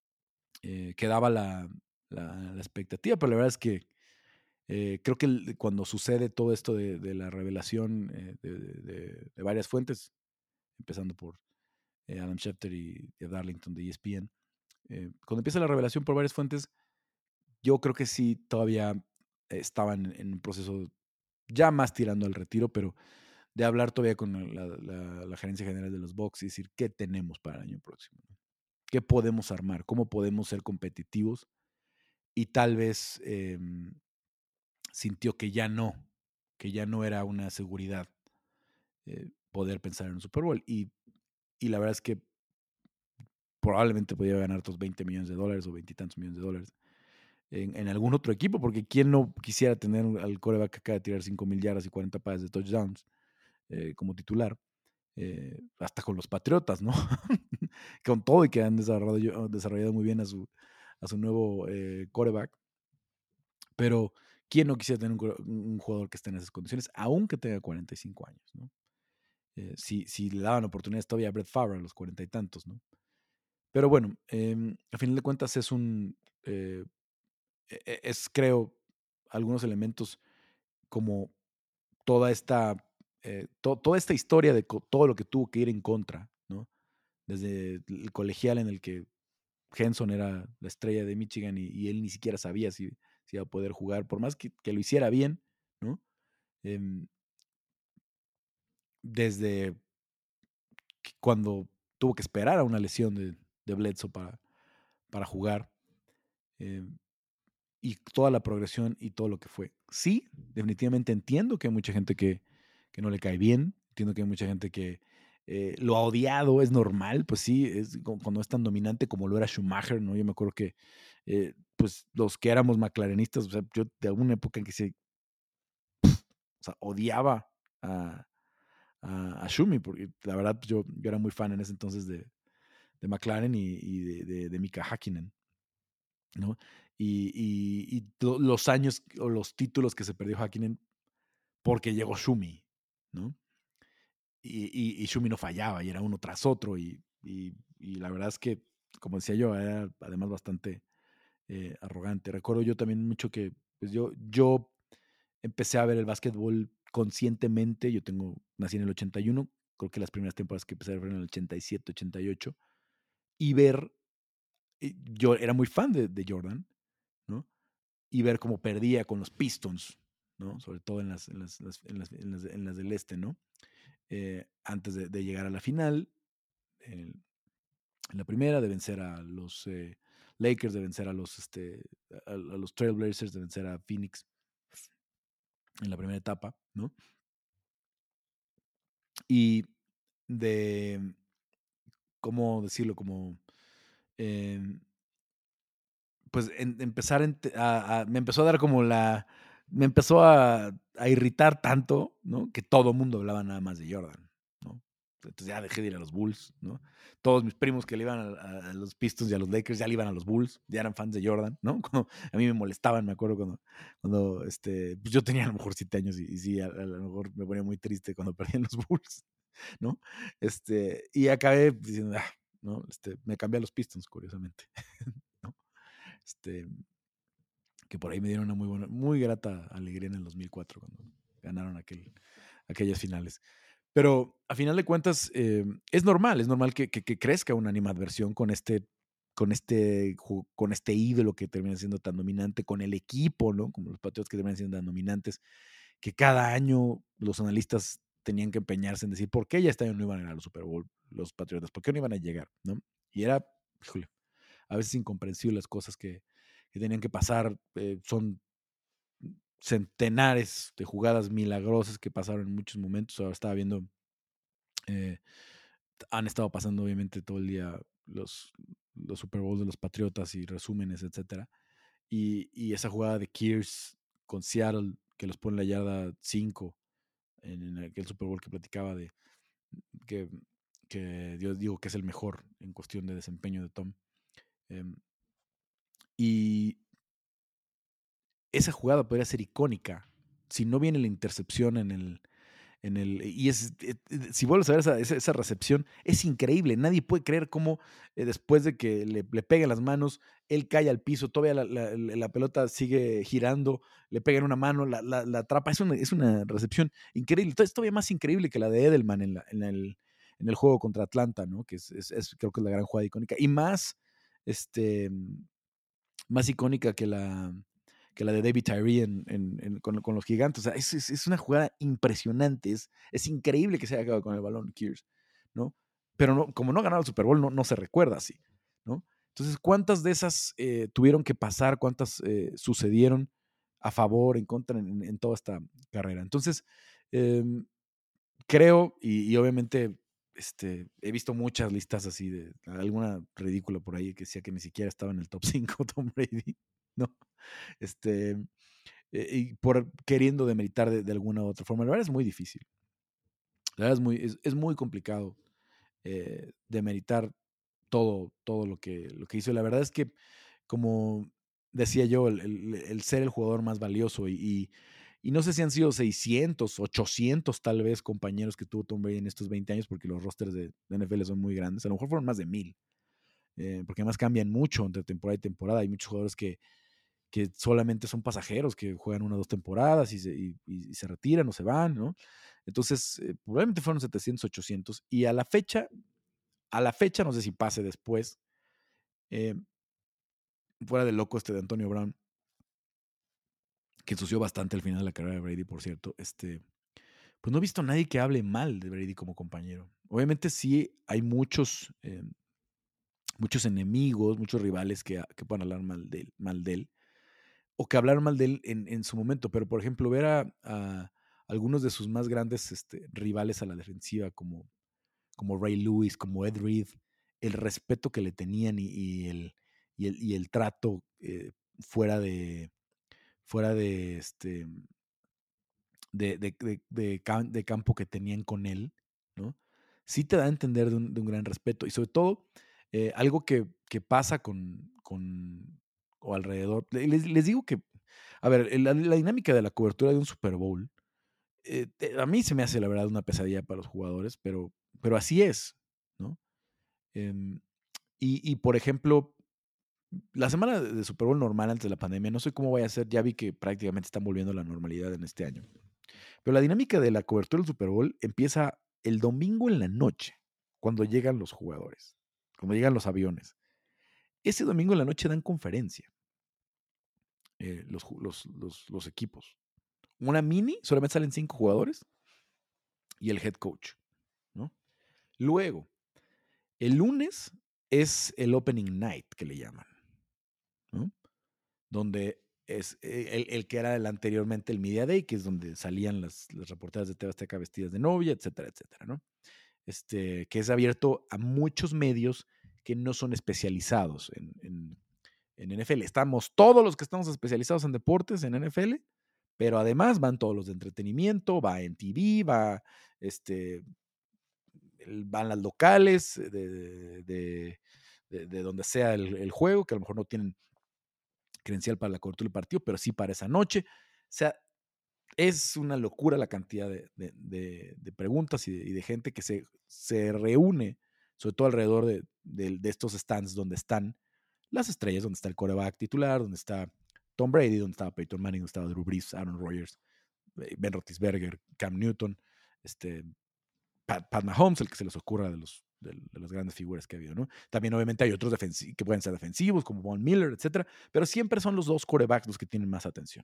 Eh, quedaba la, la, la, expectativa, pero la verdad es que eh, creo que el, cuando sucede todo esto de, de la revelación eh, de, de, de, varias fuentes, empezando por eh, Adam Schefter y Jeff Darlington de E S P N, eh, cuando empieza la revelación por varias fuentes, yo creo que sí todavía estaban en un proceso ya más tirando al retiro, pero de hablar todavía con la, la, la gerencia general de los Bucs y decir qué tenemos para el año próximo, qué podemos armar, cómo podemos ser competitivos, y tal vez eh, sintió que ya no, que ya no era una seguridad eh, poder pensar en un Super Bowl. Y, y la verdad es que probablemente podía ganar otros veinte millones de dólares o veintitantos millones de dólares en, en, algún otro equipo, porque quién no quisiera tener al quarterback que acaba de tirar cinco mil yardas y cuarenta pases de touchdowns eh, como titular, eh, hasta con los Patriotas, ¿no? Con todo y que han desarrollado, desarrollado muy bien a su, a su nuevo eh, quarterback. Pero quién no quisiera tener un, un, jugador que esté en esas condiciones, aunque tenga cuarenta y cinco años, ¿no? Eh, si, si le daban oportunidades todavía a Brett Favre a los cuarenta y tantos, ¿no? Pero bueno, eh, a final de cuentas es un, eh, es creo, algunos elementos como toda esta, eh, to, toda esta historia de co todo lo que tuvo que ir en contra, ¿no? Desde el colegial en el que Henson era la estrella de Michigan y, y él ni siquiera sabía si, si, iba a poder jugar, por más que, que lo hiciera bien, ¿no? Eh, desde cuando tuvo que esperar a una lesión de, de Bledsoe para, para jugar, eh, y toda la progresión y todo lo que fue. Sí, definitivamente entiendo que hay mucha gente que, que no le cae bien, entiendo que hay mucha gente que eh, lo ha odiado, es normal, pues sí, es cuando es tan dominante como lo era Schumacher, ¿no? Yo me acuerdo que, eh, pues los que éramos McLarenistas, o sea, yo de alguna época en que se, o sea, odiaba a, a, a Schumi, porque la verdad pues, yo, yo era muy fan en ese entonces de, de McLaren y, y de, de, de Mika Häkkinen, ¿no? Y, y, y los años o los títulos que se perdió Häkkinen porque llegó Schumi, ¿no? Y, y, y Schumi no fallaba y era uno tras otro y, y, y, la verdad es que, como decía yo, era además bastante eh, arrogante. Recuerdo yo también mucho que pues yo, yo empecé a ver el básquetbol conscientemente. Yo tengo, nací en el ochenta y uno, creo que las primeras temporadas que empecé a ver en el ochenta y siete, ochenta y ocho, y ver, y yo era muy fan de, de Jordan, ¿no? Y ver cómo perdía con los Pistons, ¿no? Sobre todo en las, en las, en las, en las, en las, en las del este, ¿no? Eh, antes de, de, llegar a la final, eh, en la primera, de vencer a los eh, Lakers, de vencer a los, este, a, a los Trailblazers, de vencer a Phoenix en la primera etapa, ¿no? Y de, ¿cómo decirlo? Como, eh, pues en, empezar a, a, me empezó a dar como la, me empezó a, a irritar tanto, ¿no? Que todo el mundo hablaba nada más de Jordan, ¿no? Entonces ya dejé de ir a los Bulls, ¿no? Todos mis primos que le iban a, a, a los Pistons y a los Lakers ya le iban a los Bulls, ya eran fans de Jordan, ¿no? Cuando, a mí me molestaban, me acuerdo cuando, cuando este, pues yo tenía a lo mejor siete años y, y sí, a, a, lo mejor me ponía muy triste cuando perdían los Bulls, ¿no? Este, y acabé diciendo, ah, ¿no? Este, me cambié a los Pistons, curiosamente, ¿no? Este, que por ahí me dieron una muy buena, muy grata alegría en el dos mil cuatro cuando ganaron aquel, aquellas finales. Pero a final de cuentas, eh, es normal, es normal que, que, que, crezca una animadversión con este, con este, con este ídolo que termina siendo tan dominante, con el equipo, ¿no? Como los Patriots que terminan siendo tan dominantes, que cada año los analistas tenían que empeñarse en decir por qué ya este año no iban a ganar los Super Bowl los Patriotas, por qué no iban a llegar, ¿no? Y era, híjole, a veces incomprensible las cosas que, que tenían que pasar. Eh, son centenares de jugadas milagrosas que pasaron en muchos momentos. Ahora estaba viendo, eh, han estado pasando obviamente todo el día los, los Super Bowls de los Patriotas y resúmenes, etcétera. Y, y esa jugada de Kears con Seattle que los pone en la yarda cinco en, en aquel Super Bowl que platicaba de que, que yo digo que es el mejor en cuestión de desempeño de Tom. Eh, y esa jugada podría ser icónica si no viene la intercepción en el, en el y es, eh, si vuelves a ver esa, esa, esa, recepción, es increíble. Nadie puede creer cómo eh, después de que le, le peguen las manos, él cae al piso, todavía la, la, la pelota sigue girando, le pega en una mano, la, la, la atrapa. Es una, es una recepción increíble. Es todavía más increíble que la de Edelman en, la, en, el, en el juego contra Atlanta, ¿no? Que es, es, es, creo que es la gran jugada icónica. Y más, este, más icónica que la que la de David Tyree en, en, en, con, con, los gigantes. O sea, es, es, es, una jugada impresionante. Es, es increíble que se haya acabado con el balón Kears, ¿no? Pero no, como no ha ganado el Super Bowl, no, no se recuerda así, ¿no? Entonces, ¿cuántas de esas eh, tuvieron que pasar? ¿Cuántas eh, sucedieron a favor, en contra, en, en toda esta carrera? Entonces, eh, creo, y, y obviamente este, he visto muchas listas así de alguna ridícula por ahí que decía que ni siquiera estaba en el top cinco Tom Brady, ¿no? Este, eh, y por queriendo demeritar de, de alguna u otra forma. La verdad es muy difícil. La verdad es muy, es, es muy complicado eh, demeritar todo, todo lo que, lo que hizo. La verdad es que, como decía yo, el, el, el ser el jugador más valioso y, y, y, no sé si han sido seiscientos, ochocientos tal vez compañeros que tuvo Tom Brady en estos veinte años, porque los rosters de, de N F L son muy grandes. A lo mejor fueron más de mil, eh, porque además cambian mucho entre temporada y temporada. Hay muchos jugadores que, que solamente son pasajeros, que juegan una o dos temporadas y se, y, y se retiran o se van, ¿no? Entonces, eh, probablemente fueron setecientos, ochocientos. Y a la fecha, a la fecha, no sé si pase después, eh, fuera de loco este de Antonio Brown, que ensució bastante al final de la carrera de Brady, por cierto, este, pues no he visto a nadie que hable mal de Brady como compañero. Obviamente sí hay muchos, eh, muchos enemigos, muchos rivales que, que puedan hablar mal de él, mal de él, o que hablaron mal de él en, en su momento, pero por ejemplo, ver a, a algunos de sus más grandes este, rivales a la defensiva, como, como Ray Lewis, como Ed Reed, el respeto que le tenían y, y, el, y, el, y el trato eh, fuera de fuera de este de, de, de, de, de, campo que tenían con él, ¿no? Sí te da a entender de un, de un gran respeto. Y sobre todo, eh, algo que, que pasa con, con o alrededor. Les, les digo que, a ver, la, la, dinámica de la cobertura de un Super Bowl, eh, a mí se me hace la verdad una pesadilla para los jugadores, pero, pero así es, ¿no? Eh, y, y, por ejemplo, La semana de de Super Bowl normal antes de la pandemia, no sé cómo vaya a ser, ya vi que prácticamente están volviendo a la normalidad en este año. Pero la dinámica de la cobertura del Super Bowl empieza el domingo en la noche, cuando llegan los jugadores, cuando llegan los aviones. Ese domingo en la noche dan conferencia, eh, los, ju- los, los, los equipos. Una mini, solamente salen cinco jugadores y el head coach, ¿no? Luego, el lunes es el opening night que le llaman, ¿no? Donde es eh, el, el que era el anteriormente el Media Day, que es donde salían las, las reporteras de T V Azteca vestidas de novia, etcétera, etcétera, ¿no? Este, que es abierto a muchos medios que no son especializados en, en, en N F L. Estamos todos los que estamos especializados en deportes en N F L, pero además van todos los de entretenimiento, va en T V, va este, el- van las locales de, de, de, de- de donde sea el, el juego, que a lo mejor no tienen credencial para la cobertura del partido, pero sí para esa noche. O sea, es una locura la cantidad de, de- de- de preguntas y de, y de gente que se, se reúne, sobre todo alrededor de, de- de estos stands donde están las estrellas, donde está el quarterback titular, donde está Tom Brady, donde estaba Peyton Manning, donde estaba Drew Brees, Aaron Rodgers, eh, Ben Roethlisberger, Cam Newton, este, Pat, Pat Mahomes, el que se les ocurra de, los, de, de las grandes figuras que ha habido, ¿no? También obviamente hay otros que pueden ser defensivos, como Von Miller, etcétera, pero siempre son los dos quarterbacks los que tienen más atención.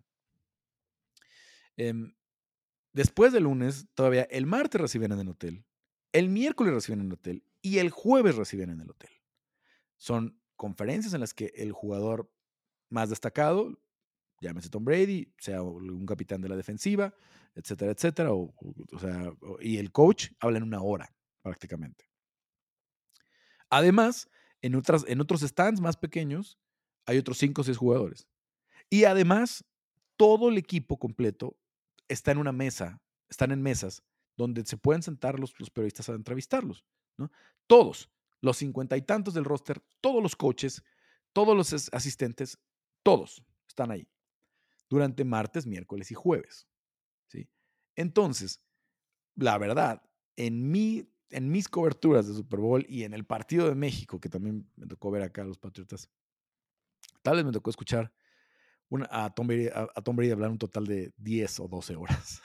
Em, Después del lunes, todavía el martes reciben en el hotel, el miércoles reciben en el hotel y el jueves reciben en el hotel. Son conferencias en las que el jugador más destacado, llámese Tom Brady, sea un capitán de la defensiva, etcétera, etcétera, o, o, o sea, o, y el coach hablan una hora prácticamente. Además, en, otras, en otros stands más pequeños hay otros cinco o seis jugadores. Y además, todo el equipo completo está en una mesa, están en mesas donde se pueden sentar los, los periodistas a entrevistarlos, ¿no? Todos, los cincuenta y tantos del roster, todos los coaches, todos los asistentes, todos están ahí durante martes, miércoles y jueves, ¿sí? Entonces, la verdad, en, mi, en mis coberturas de Super Bowl y en el partido de México, que también me tocó ver acá a los Patriotas, tal vez me tocó escuchar una, a, Tom Brady, a, a Tom Brady hablar un total de diez o doce horas.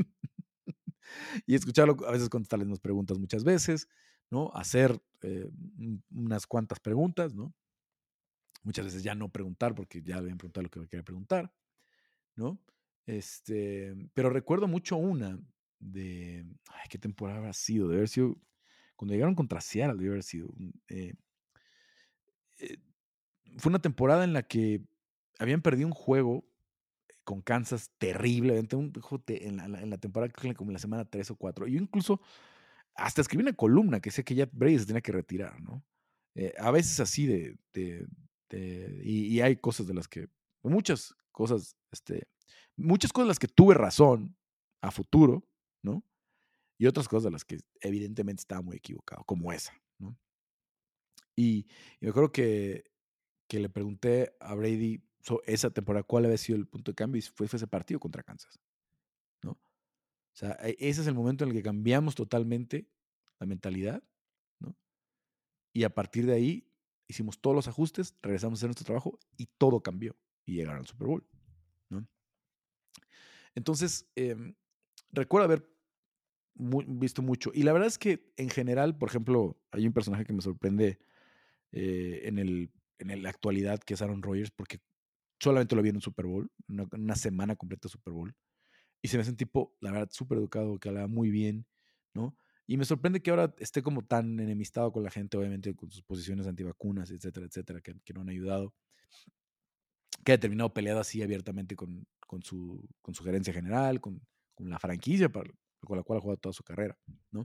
Y escucharlo, a veces contestarle unas preguntas muchas veces, ¿no? Hacer eh, unas cuantas preguntas, ¿no? Muchas veces ya no preguntar porque ya le habían preguntado lo que quería preguntar, ¿no? Este, pero recuerdo mucho una de, ay, ¿qué temporada habrá sido? De haber sido, cuando llegaron contra Seattle, debe haber sido. Eh, eh, Fue una temporada en la que habían perdido un juego con Kansas terrible, un juego en la, en la temporada, creo que como en la semana tres o cuatro. Yo incluso hasta escribí una columna que sé que ya Brady se tenía que retirar, ¿no? Eh, a veces así de, de, de y, y, hay cosas de las que, muchas cosas, este, muchas cosas de las que tuve razón a futuro, ¿no? Y otras cosas de las que evidentemente estaba muy equivocado, como esa, ¿no? Y, y me acuerdo que, que le pregunté a Brady so, esa temporada cuál había sido el punto de cambio y fue, fue ese partido contra Kansas, ¿no? O sea, e, ese es el momento en el que cambiamos totalmente la mentalidad, ¿no? Y a partir de ahí hicimos todos los ajustes, regresamos a hacer nuestro trabajo y todo cambió y llegaron al Super Bowl, ¿no? Entonces, eh, recuerdo haber mu visto mucho. Y la verdad es que en general, por ejemplo, hay un personaje que me sorprende eh, en, el, en la actualidad, que es Aaron Rodgers, porque solamente lo vi en un Super Bowl, una, una semana completa de Super Bowl. Y se me hace un tipo, la verdad, súper educado, que hablaba muy bien, ¿no? Y me sorprende que ahora esté como tan enemistado con la gente, obviamente con sus posiciones antivacunas, etcétera, etcétera, que, que no han ayudado. Que ha terminado peleado así abiertamente con, con, su, con su gerencia general, con, con la franquicia para, con la cual ha jugado toda su carrera, ¿no?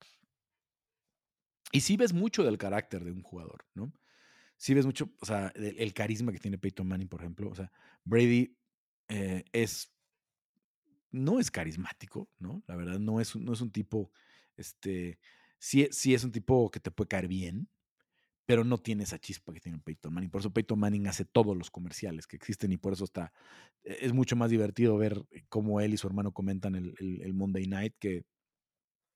Y sí ves mucho del carácter de un jugador, ¿no? Sí ves mucho, o sea, el, el carisma que tiene Peyton Manning, por ejemplo. O sea, Brady eh, es no es carismático, ¿no? La verdad, no es, no es un tipo, este, sí, sí es un tipo que te puede caer bien, pero no tiene esa chispa que tiene Peyton Manning. Por eso Peyton Manning hace todos los comerciales que existen y por eso está, e, es mucho más divertido ver cómo él y su hermano comentan el, el, el Monday Night que,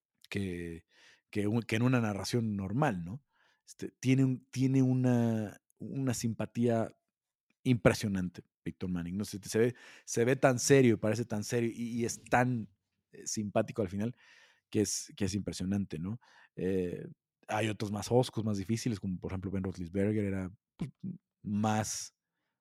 que, que, un, que, en una narración normal, ¿no? Este, tiene un, tiene una, una simpatía impresionante, Peyton Manning. No sé, se ve, se ve tan serio y parece tan serio y, y es tan eh, simpático al final que es, que es impresionante, ¿no? Eh, hay otros más oscos, más difíciles, como por ejemplo Ben Roethlisberger era pues, más,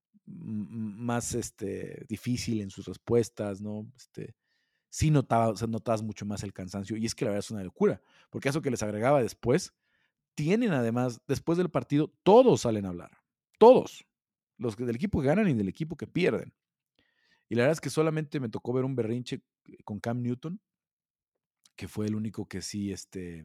más este, difícil en sus respuestas, ¿no? Este, sí notaba, o sea, notabas mucho más el cansancio y es que la verdad es una locura, porque eso que les agregaba después, tienen además, después del partido, todos salen a hablar, todos, los que, del equipo que ganan y del equipo que pierden. Y la verdad es que solamente me tocó ver un berrinche con Cam Newton, que fue el único que sí, este,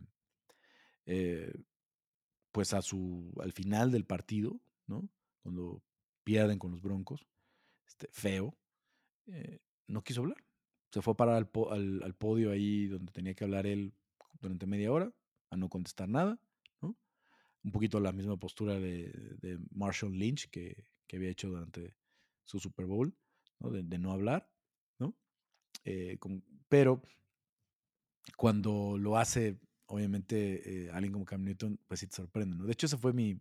eh, pues a su, al final del partido, ¿no? Cuando pierden con los Broncos, este, feo, eh, no quiso hablar. Se fue a parar al, po- al, al podio ahí donde tenía que hablar él durante media hora, a no contestar nada, ¿no? Un poquito la misma postura de, de Marshall Lynch que, que, había hecho durante su Super Bowl, ¿no? De, de no hablar, ¿no? Eh, con, pero cuando lo hace, obviamente, eh, alguien como Cam Newton, pues sí te sorprende, ¿no? De hecho, ese fue mi,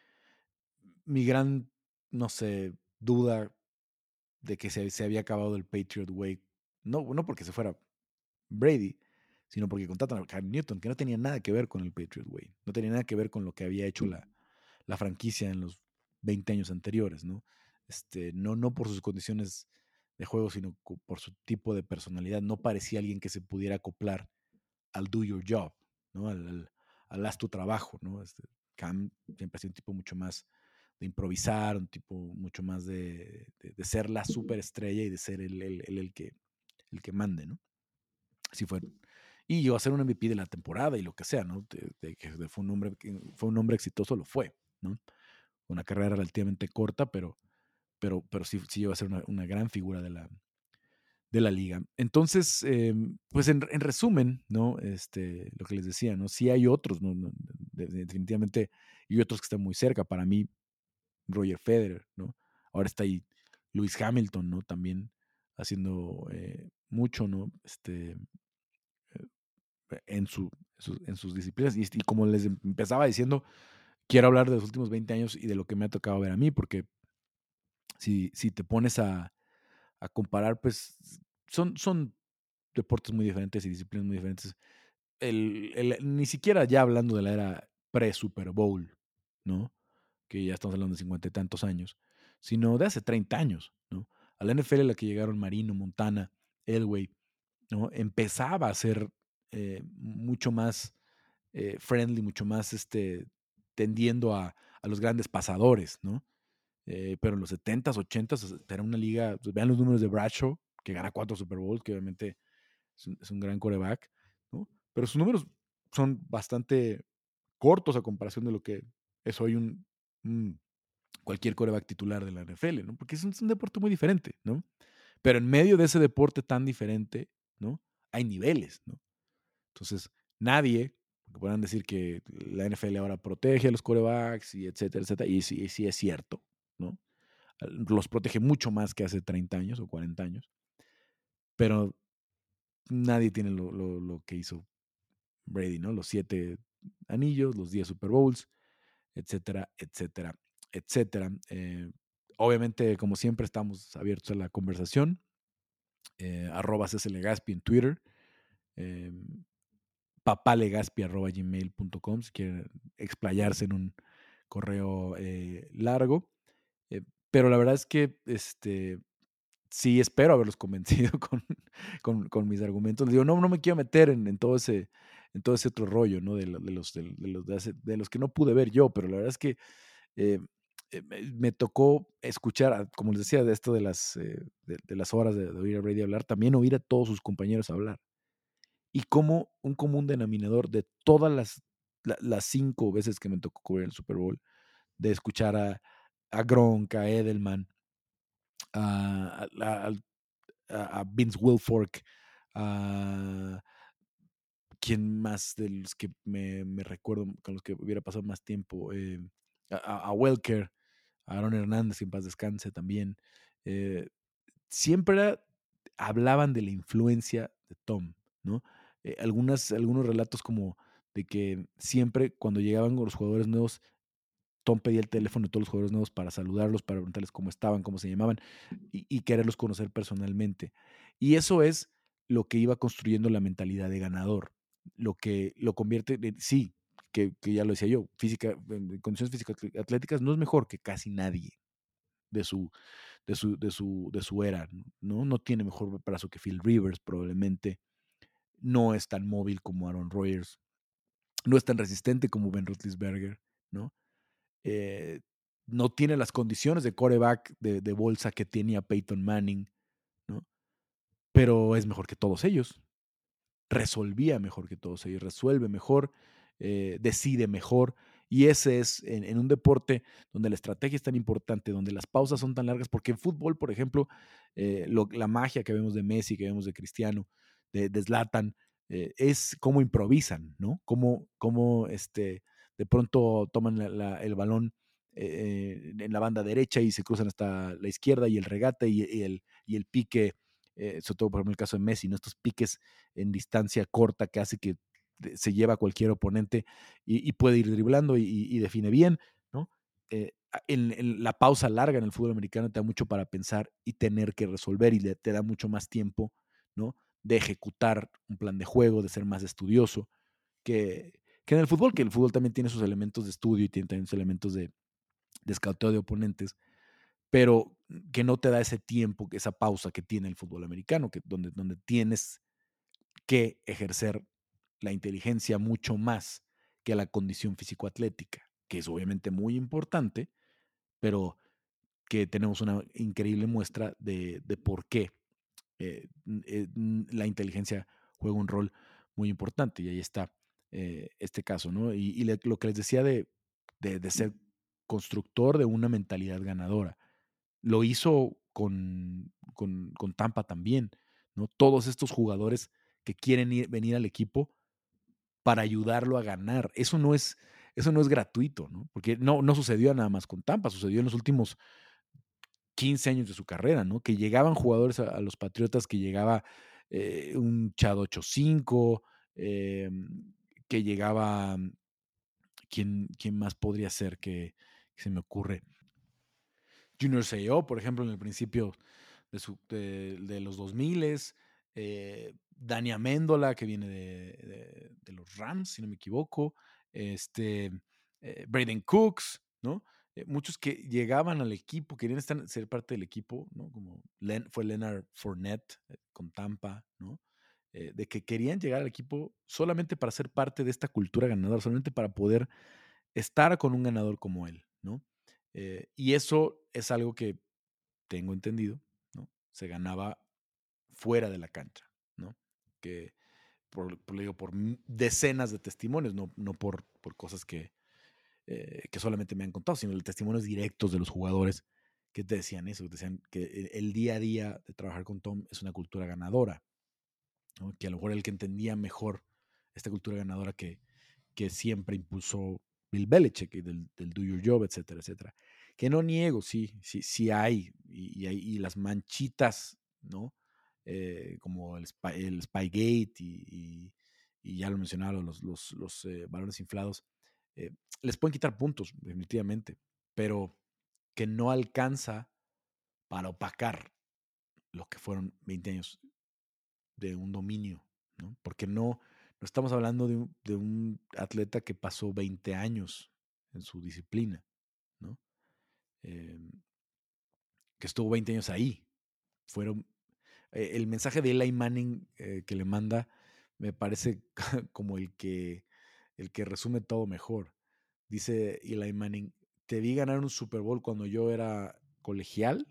mi gran, no sé, duda de que se, se había acabado el Patriot Way. No, no porque se fuera Brady, sino porque contratan a Cam Newton, que no tenía nada que ver con el Patriot Way. No tenía nada que ver con lo que había hecho la, la franquicia en los veinte años anteriores, ¿no? Este, no, no por sus condiciones de juego, sino por su tipo de personalidad. No parecía alguien que se pudiera acoplar al do your job, ¿no? Al, al, al haz tu trabajo, ¿no? Este, Cam siempre ha sido un tipo mucho más de improvisar, un tipo mucho más de, de, de ser la superestrella y de ser el, el, el, el, que, el que mande, ¿no? Así fue. Y llegó a ser un M V P de la temporada y lo que sea, ¿no? De, de que fue un hombre, fue un hombre exitoso, lo fue, ¿no? Una carrera relativamente corta, pero, pero, pero sí, sí llegó a ser una, una gran figura de la, de la liga. Entonces, eh, pues en, en, resumen, ¿no? Este, lo que les decía, ¿no? Sí hay otros, ¿no? No, definitivamente, y otros que están muy cerca. Para mí, Roger Federer, ¿no? Ahora está ahí Lewis Hamilton, ¿no? También haciendo eh, mucho, ¿no? Este, eh, en, su, su, en sus disciplinas. Y, y como les empezaba diciendo, quiero hablar de los últimos veinte años y de lo que me ha tocado ver a mí, porque si, si te pones a, a comparar, pues son, son deportes muy diferentes y disciplinas muy diferentes. El, el, ni siquiera ya hablando de la era pre-Super Bowl, ¿no? Que ya estamos hablando de cincuenta y tantos años, sino de hace treinta años, ¿no? A la N F L la que llegaron Marino, Montana, Elway, ¿no? Empezaba a ser eh, mucho más eh, friendly, mucho más este, tendiendo a, a los grandes pasadores, ¿no? Eh, pero en los setentas, ochentas era una liga, pues, vean los números de Bradshaw, que gana cuatro Super Bowls, que obviamente es un, es un gran quarterback, ¿no? Pero sus números son bastante cortos a comparación de lo que es hoy un, un cualquier quarterback titular de la N F L, ¿no? Porque es un, es un deporte muy diferente, ¿no? Pero en medio de ese deporte tan diferente, ¿no? Hay niveles, ¿no? Entonces, nadie, porque podrán decir que la N F L ahora protege a los quarterbacks y etcétera, etcétera, y sí, sí es cierto, ¿no? Los protege mucho más que hace treinta años o cuarenta años, pero nadie tiene lo, lo, lo que hizo Brady, ¿no? Los siete anillos, los diez Super Bowls, etcétera, etcétera, etcétera. Eh, obviamente, como siempre, estamos abiertos a la conversación. Eh, arroba cclegaspi en Twitter. Eh, papalegaspi arroba gmail punto com si quieren explayarse en un correo eh, largo. Eh, pero la verdad es que este, sí espero haberlos convencido con, con, con mis argumentos. Les digo, no, no me quiero meter en, en todo ese en todo ese otro rollo, ¿no? De, de los, de, de, los, de, hace, de los que no pude ver yo, pero la verdad es que eh, eh, me, me, tocó escuchar, como les decía, de esto de las, eh, de, de, las horas de, de oír a Brady hablar, también oír a todos sus compañeros hablar. Y como un común denominador de todas las, la, las cinco veces que me tocó cubrir el Super Bowl, de escuchar a, a Gronk, a Edelman, a, a, a, a Vince Wilfork, a quién más de los que me, me, recuerdo, con los que hubiera pasado más tiempo, eh, a, a, Welker, a Aaron Hernández, que en paz descanse también. Eh, siempre hablaban de la influencia de Tom, ¿no? Eh, algunas, algunos relatos como de que siempre cuando llegaban los jugadores nuevos Tom pedía el teléfono de todos los jugadores nuevos para saludarlos, para preguntarles cómo estaban, cómo se llamaban y, y quererlos conocer personalmente. Y eso es lo que iba construyendo la mentalidad de ganador, lo que lo convierte, en, sí, que, que ya lo decía yo, física, en condiciones físicas atléticas no es mejor que casi nadie de su, de su, de su, de su era, ¿no? No tiene mejor brazo que Phil Rivers, probablemente. No es tan móvil como Aaron Rodgers. No es tan resistente como Ben Roethlisberger, ¿no? Eh, no tiene las condiciones de quarterback de, de bolsa que tenía Peyton Manning, ¿no? Pero es mejor que todos ellos. Resolvía mejor que todos ellos, resuelve mejor, eh, decide mejor. Y ese es en, en, un deporte donde la estrategia es tan importante, donde las pausas son tan largas, porque en fútbol, por ejemplo, eh, lo, la magia que vemos de Messi, que vemos de Cristiano, de, de Zlatan, eh, es cómo improvisan, ¿no? Cómo, cómo este, de pronto toman la, la, el balón eh, en la banda derecha y se cruzan hasta la izquierda y el regate y, y, el, y el pique, eh, sobre todo por ejemplo el caso de Messi, ¿no? Estos piques en distancia corta que hace que se lleva a cualquier oponente y, y puede ir driblando y, y, define bien, ¿no? Eh, en, en, la pausa larga en el fútbol americano te da mucho para pensar y tener que resolver y le, te da mucho más tiempo, ¿no? De ejecutar un plan de juego, de ser más estudioso que, que en el fútbol, que el fútbol también tiene sus elementos de estudio y tiene también sus elementos de, de escauteo de oponentes, pero que no te da ese tiempo, esa pausa que tiene el fútbol americano, que donde, donde tienes que ejercer la inteligencia mucho más que la condición físico-atlética, que es obviamente muy importante, pero que tenemos una increíble muestra de, de por qué eh, eh, la inteligencia juega un rol muy importante. Y ahí está eh, este caso, ¿no? Y, y le, lo que les decía de, de, de ser constructor de una mentalidad ganadora. Lo hizo con, con, con Tampa también, ¿no? Todos estos jugadores que quieren ir, venir al equipo para ayudarlo a ganar. Eso no es, eso no es gratuito, ¿no? Porque no, no sucedió nada más con Tampa, sucedió en los últimos quince años de su carrera, ¿no? Que llegaban jugadores a, a los Patriotas, que llegaba eh, un Chad ocho cinco, eh, que llegaba, ¿quién, ¿quién más podría ser que, que se me ocurre? Junior Seau, por ejemplo, en el principio de, su, de, de los dos mil, eh, Dani Amendola, que viene de, de, de, los Rams, si no me equivoco, este, eh, Braden Cooks, ¿no? Eh, muchos que llegaban al equipo, querían estar, ser parte del equipo, ¿no? Como Len, fue Leonard Fournette eh, con Tampa, ¿no? Eh, de que querían llegar al equipo solamente para ser parte de esta cultura ganadora, solamente para poder estar con un ganador como él, ¿no? Eh, y eso es algo que tengo entendido, ¿no? Se ganaba fuera de la cancha, ¿no? Que por, por, digo, por decenas de testimonios, no, no por, por cosas que, eh, que solamente me han contado, sino los testimonios directos de los jugadores que te decían eso, que te decían que el, el día a día de trabajar con Tom es una cultura ganadora, ¿no? Que a lo mejor el que entendía mejor esta cultura ganadora que, que siempre impulsó Bill Belichick y del, del do your job, etcétera, etcétera. Que no niego, sí, sí, sí hay, y, y, hay, y las manchitas, ¿no? Eh, como el, Spy, el Spygate y, y, y ya lo mencionaron, los, los, los eh, balones inflados, eh, les pueden quitar puntos, definitivamente, pero que no alcanza para opacar lo que fueron veinte años de un dominio, ¿no? Porque no, no estamos hablando de un, de un atleta que pasó veinte años en su disciplina, ¿no? Eh, que estuvo veinte años ahí. Fueron, eh, el mensaje de Eli Manning eh, que le manda me parece como el que, el que resume todo mejor. Dice Eli Manning, te vi ganar un Super Bowl cuando yo era colegial,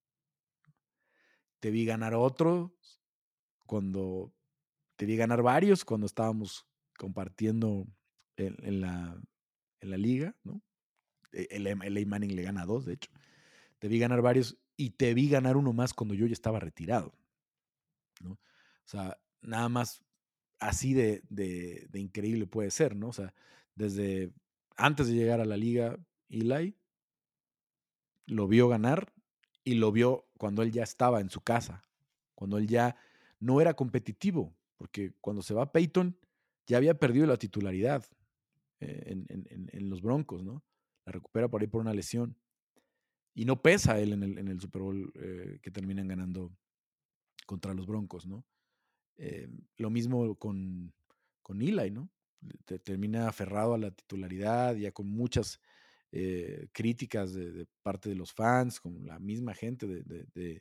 te vi ganar otro cuando te vi ganar varios cuando estábamos compartiendo en, en, la, en la liga, ¿no? El, el A. Manning le gana a dos, de hecho. Te vi ganar varios y te vi ganar uno más cuando yo ya estaba retirado, ¿no? O sea, nada más así de, de, de increíble puede ser, ¿no? O sea, desde antes de llegar a la liga, Eli lo vio ganar y lo vio cuando él ya estaba en su casa, cuando él ya no era competitivo, porque cuando se va Peyton ya había perdido la titularidad eh, en, en, en, los Broncos, ¿no? la recupera por ahí por una lesión. Y no pesa él en el, en el Super Bowl eh, que terminan ganando contra los Broncos, ¿no? Eh, lo mismo con, con Eli, ¿no? Te- termina aferrado a la titularidad, ya con muchas eh, críticas de, de parte de los fans, con la misma gente de, de, de,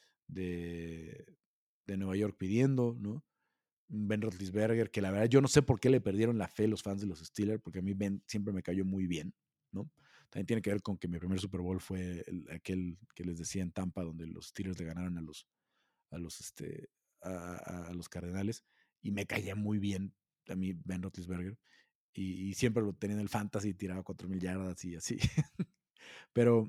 de- de Nueva York pidiendo, ¿no? Ben Roethlisberger, que la verdad yo no sé por qué le perdieron la fe los fans de los Steelers, porque a mí Ben siempre me cayó muy bien, ¿no? También tiene que ver con que mi primer Super Bowl fue el- aquel que les decía en Tampa, donde los Steelers le ganaron a los, a los, este, a, a- a los Cardenales, y me caía muy bien a mí Ben Roethlisberger, y, y siempre lo tenía en el fantasy, tiraba cuatro mil yardas y así. Pero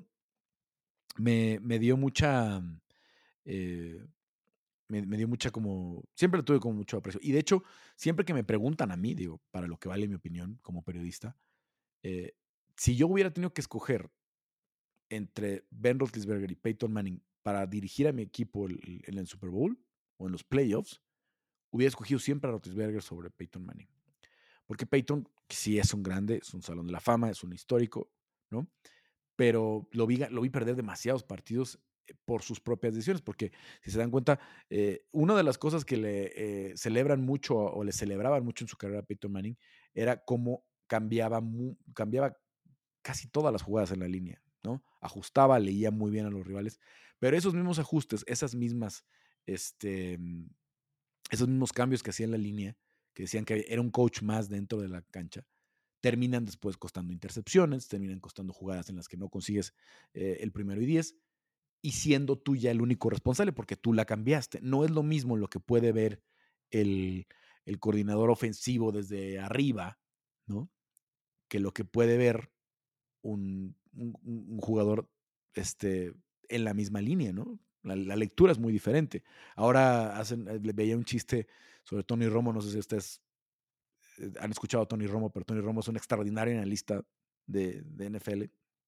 me, me dio mucha, eh, me, me dio mucha como, siempre lo tuve como mucho aprecio. Y de hecho, siempre que me preguntan a mí, digo, para lo que vale mi opinión como periodista, eh, si yo hubiera tenido que escoger entre Ben Roethlisberger y Peyton Manning para dirigir a mi equipo el- el- en el Super Bowl o en los playoffs, hubiera escogido siempre a Roethlisberger sobre Peyton Manning. Porque Peyton sí es un grande, es un salón de la fama, es un histórico, ¿no? Pero lo vi, lo vi perder demasiados partidos eh, por sus propias decisiones, porque si se dan cuenta, eh, una de las cosas que le eh, celebran mucho o le celebraban mucho en su carrera a Peyton Manning era cómo cambiaba, mu- cambiaba casi todas las jugadas en la línea, ¿no? Ajustaba, leía muy bien a los rivales, pero esos mismos ajustes, esas mismas, este, mm, esos mismos cambios que hacía en la línea, que decían que era un coach más dentro de la cancha, terminan después costando intercepciones, terminan costando jugadas en las que no consigues eh, el primero y diez, y siendo tú ya el único responsable porque tú la cambiaste. No es lo mismo lo que puede ver el, el coordinador ofensivo desde arriba, ¿no? Que lo que puede ver un, un, un jugador este, en la misma línea, ¿no? La, la, lectura es muy diferente. Ahora hacen, le veía un chiste sobre Tony Romo, no sé si ustedes eh, han escuchado a Tony Romo, pero Tony Romo es un extraordinario analista de, de N F L.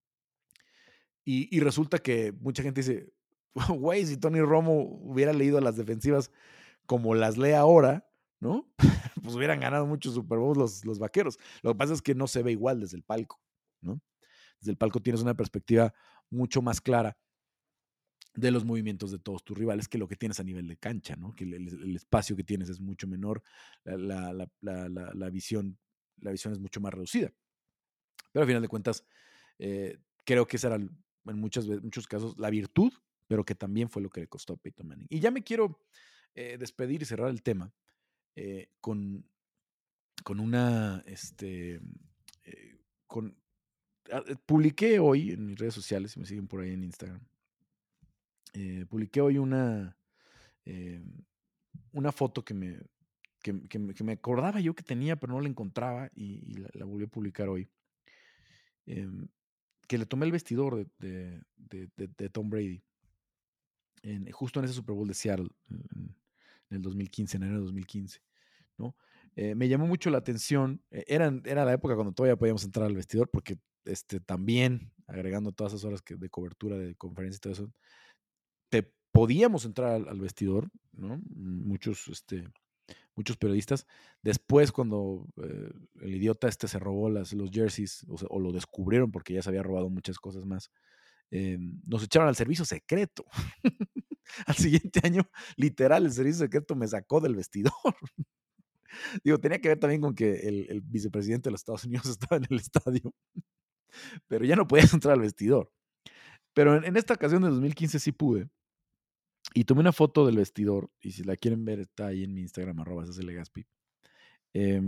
Y, y resulta que mucha gente dice, güey, si Tony Romo hubiera leído las defensivas como las lee ahora, ¿no? Pues hubieran ganado muchos Super Bowls los, los vaqueros. Lo que pasa es que no se ve igual desde el palco, ¿no? Desde el palco tienes una perspectiva mucho más clara de los movimientos de todos tus rivales que lo que tienes a nivel de cancha, ¿no? Que el, el- el espacio que tienes es mucho menor, la, la- la- la- la- la visión, la visión es mucho más reducida. Pero al final de cuentas, eh, creo que esa era en muchas, ve- muchos casos la virtud, pero que también fue lo que le costó a Peyton Manning. Y ya me quiero eh, despedir y cerrar el tema eh, con, con una, este, eh, con, ah, eh, publiqué hoy en mis redes sociales, si me siguen por ahí en Instagram, eh, publiqué hoy una, eh, una foto que me, que, que me que me acordaba yo que tenía, pero no la encontraba y, y la, la volví a publicar hoy. em, que le tomé el vestidor de, de- de- de- de Tom Brady, en- justo en ese Super Bowl de Seattle, en, en el dos mil quince, en enero de dos mil quince, ¿no? Eh, me llamó mucho la atención, eh, eran- era la época cuando todavía podíamos entrar al vestidor, porque este, también, agregando todas esas horas que, de cobertura de conferencia y todo eso, te podíamos entrar al, al vestidor, ¿no? Muchos, este, muchos periodistas. Después, cuando eh, el idiota este se robó las, los jerseys, o, sea, o lo descubrieron porque ya se había robado muchas cosas más, eh, nos echaron al servicio secreto. Al siguiente año, literal, el servicio secreto me sacó del vestidor. Digo, tenía que ver también con que el, el vicepresidente de los Estados Unidos estaba en el estadio, pero ya no podías entrar al vestidor. Pero en, en esta ocasión de dos mil quince sí pude. Y tomé una foto del vestidor, y si la quieren ver, está ahí en mi Instagram, arroba Gaspi. Eh,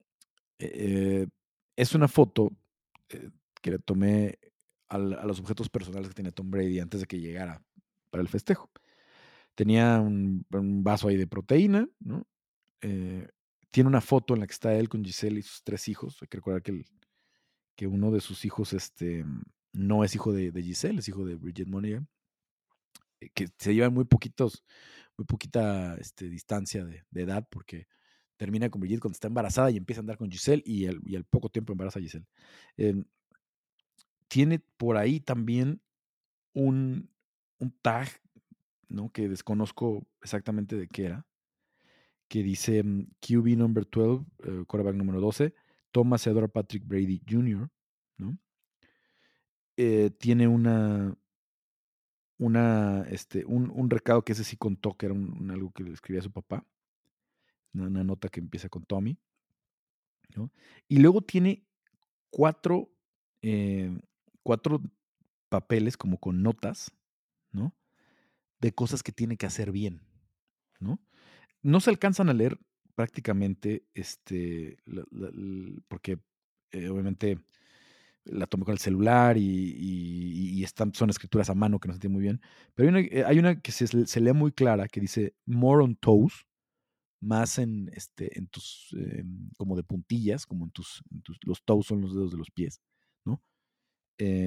eh, es una foto eh, que le tomé al- a los objetos personales que tenía Tom Brady antes de que llegara para el festejo. Tenía un, un vaso ahí de proteína, ¿no? Eh, tiene una foto en la que está él con Giselle y sus tres hijos. Hay que recordar que, el- que uno de sus hijos este, no es hijo de, de Giselle, es hijo de Bridget Monaghan, eh, que se llevan muy poquitos, muy poquita este, distancia de, de edad, porque termina con Brigitte cuando está embarazada y empieza a andar con Giselle y al, y al poco tiempo embaraza a Giselle. Eh, tiene por ahí también un, un tag, ¿no? Que desconozco exactamente de qué era, que dice mm, Q B number doce, eh, quarterback número doce, Thomas Edward Patrick Brady junior, ¿no? eh, tiene una, una, este, un, un recado que ese sí contó, que era un, un algo que le escribía a su papá, una, una nota que empieza con Tommy, ¿no? Y luego tiene cuatro, eh, cuatro papeles como con notas, ¿no? De cosas que tiene que hacer bien, ¿no? No se alcanzan a leer prácticamente, este, la- la- l- porque eh, obviamente la tomé con el celular y, y- y están, son escrituras a mano que no se entiende muy bien, pero hay una, eh, hay una que se, se lee muy clara que dice more on toes, más en, este, en tus, eh, como de puntillas, como en tus, en tus- los toes son los dedos de los pies, ¿no? Eh,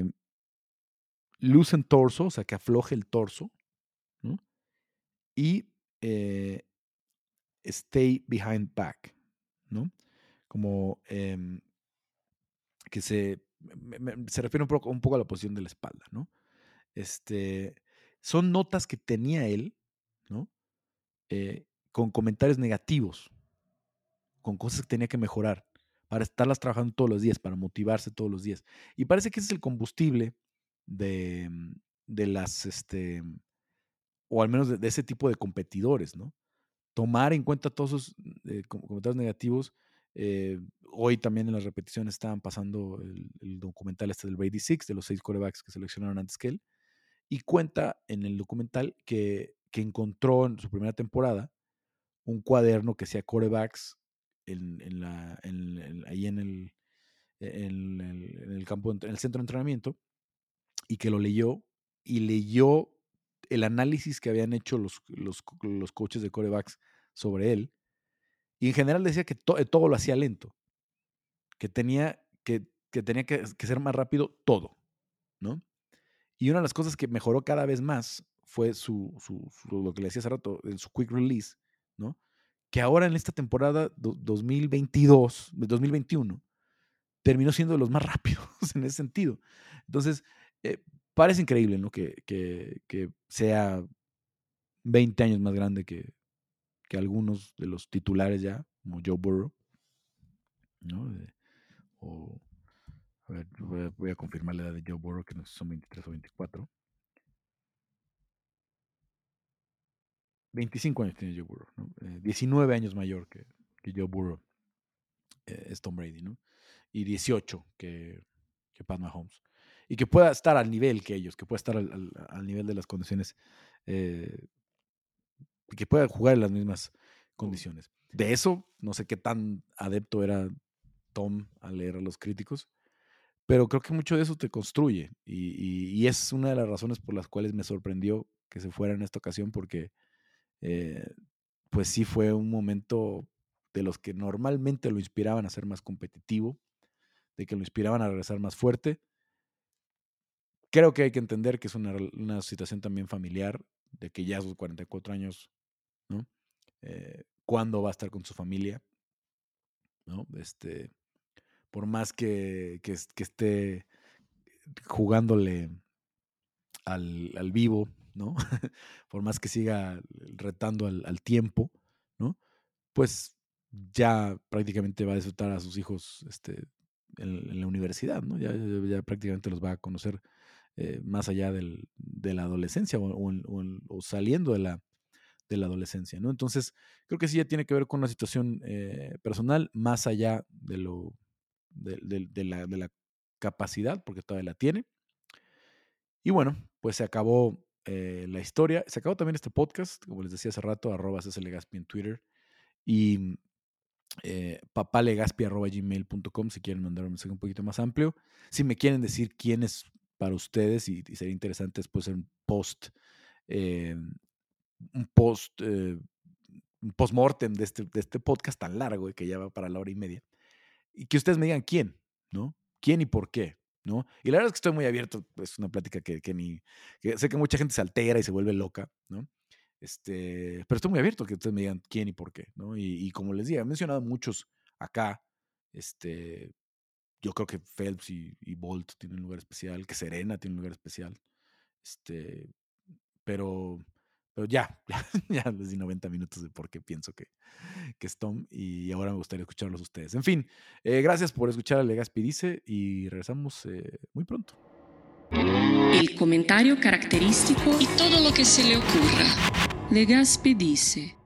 Loosen torso, o sea, que afloje el torso, ¿no? Y eh, stay behind back, ¿no? Como em, que se, me- me- se refiere un poco, un poco a la posición de la espalda, ¿no? Este, son notas que tenía él, ¿no? Eh, con comentarios negativos, con cosas que tenía que mejorar, para estarlas trabajando todos los días, para motivarse todos los días. Y parece que ese es el combustible de, mm, de las, este, o al menos de, de ese tipo de competidores, ¿no? Tomar en cuenta todos esos eh, com- comentarios negativos. eh, hoy también en las repeticiones estaban pasando el, el documental este del Brady Six, de los seis quarterbacks que seleccionaron antes que él, y cuenta en el documental que, que encontró en su primera temporada un cuaderno que hacía quarterbacks en, en la, en- en- ahí en el, en el, en el campo, en el centro de entrenamiento, y que lo leyó y leyó el análisis que habían hecho los, los, los coaches de quarterbacks sobre él. Y en general decía que to- eh, todo lo hacía lento, que tenía que, que, tenía que, que ser más rápido todo, ¿no? Y una de las cosas que mejoró cada vez más fue su, su, su- lo que le decía hace rato, el- su quick release, ¿no? Que ahora en esta temporada do- dos mil veintidós, de dos mil veintiuno, terminó siendo de los más rápidos en ese sentido. Entonces, eh, parece increíble, ¿no? Que, que, que sea veinte años más grande que, que algunos de los titulares ya, como Joe Burrow, ¿no? Eh, o, a ver, voy a, voy a confirmar la edad de Joe Burrow, que no sé si son veintitrés o veinticuatro. veinticinco años tiene Joe Burrow, ¿no? Eh, diecinueve años mayor que, que Joe Burrow, eh, es Tom Brady, ¿no? Y dieciocho que, que Pat Mahomes. Y que pueda estar al nivel que ellos, que pueda estar al, al- al nivel de las condiciones, eh, que pueda jugar en las mismas condiciones. De eso, no sé qué tan adepto era Tom a leer a los críticos, pero creo que mucho de eso te construye. Y, y- y es una de las razones por las cuales me sorprendió que se fuera en esta ocasión, porque eh, pues sí fue un momento de los que normalmente lo inspiraban a ser más competitivo, de que lo inspiraban a regresar más fuerte. Creo que hay que entender que es una, rel- una situación también familiar, de que ya a sus cuarenta y cuatro años, ¿no? Eh, ¿Cuándo va a estar con su familia? ¿No? Este, por más que, que, es- que esté jugándole al, al vivo, ¿no? Por más que siga retando al, al tiempo, ¿no? Pues ya prácticamente va a disfrutar a sus hijos, este, en, en la universidad, ¿no? Ya, ya- ya prácticamente los va a conocer, eh, más allá del- de la adolescencia, o, o en- o en- o saliendo de la, de la adolescencia, ¿no? Entonces, creo que sí ya tiene que ver con una situación, eh, personal, más allá de lo de, de- de la, de la capacidad, porque todavía la tiene. Y bueno, pues se acabó, eh, la historia. Se acabó también este podcast, como les decía hace rato, arroba Gaspi en Twitter. Y eh, papalegaspi arroba gmail punto com si quieren mandar un mensaje un poquito más amplio. Si me quieren decir quién es para ustedes, y, y sería interesante después hacer un post, eh, un post, eh, un post-mortem de este, de este podcast tan largo y que ya va para la hora y media. Y que ustedes me digan quién, ¿no? ¿Quién y por qué? ¿No? Y la verdad es que estoy muy abierto, es una plática que, que ni, que sé que mucha gente se altera y se vuelve loca, ¿no? Este, pero estoy muy abierto a que ustedes me digan quién y por qué, ¿no? Y, y como les digo, he mencionado muchos acá, este, yo creo que Phelps y, y Bolt tienen un lugar especial, que Serena tiene un lugar especial, este, pero, pero ya, ya, ya les di noventa minutos de por qué pienso que, que es Tom, y ahora me gustaría escucharlos ustedes. En fin, eh, gracias por escuchar a Legaspi Dice y regresamos, eh, muy pronto. El comentario característico y todo lo que se le ocurra. Legazpi dice.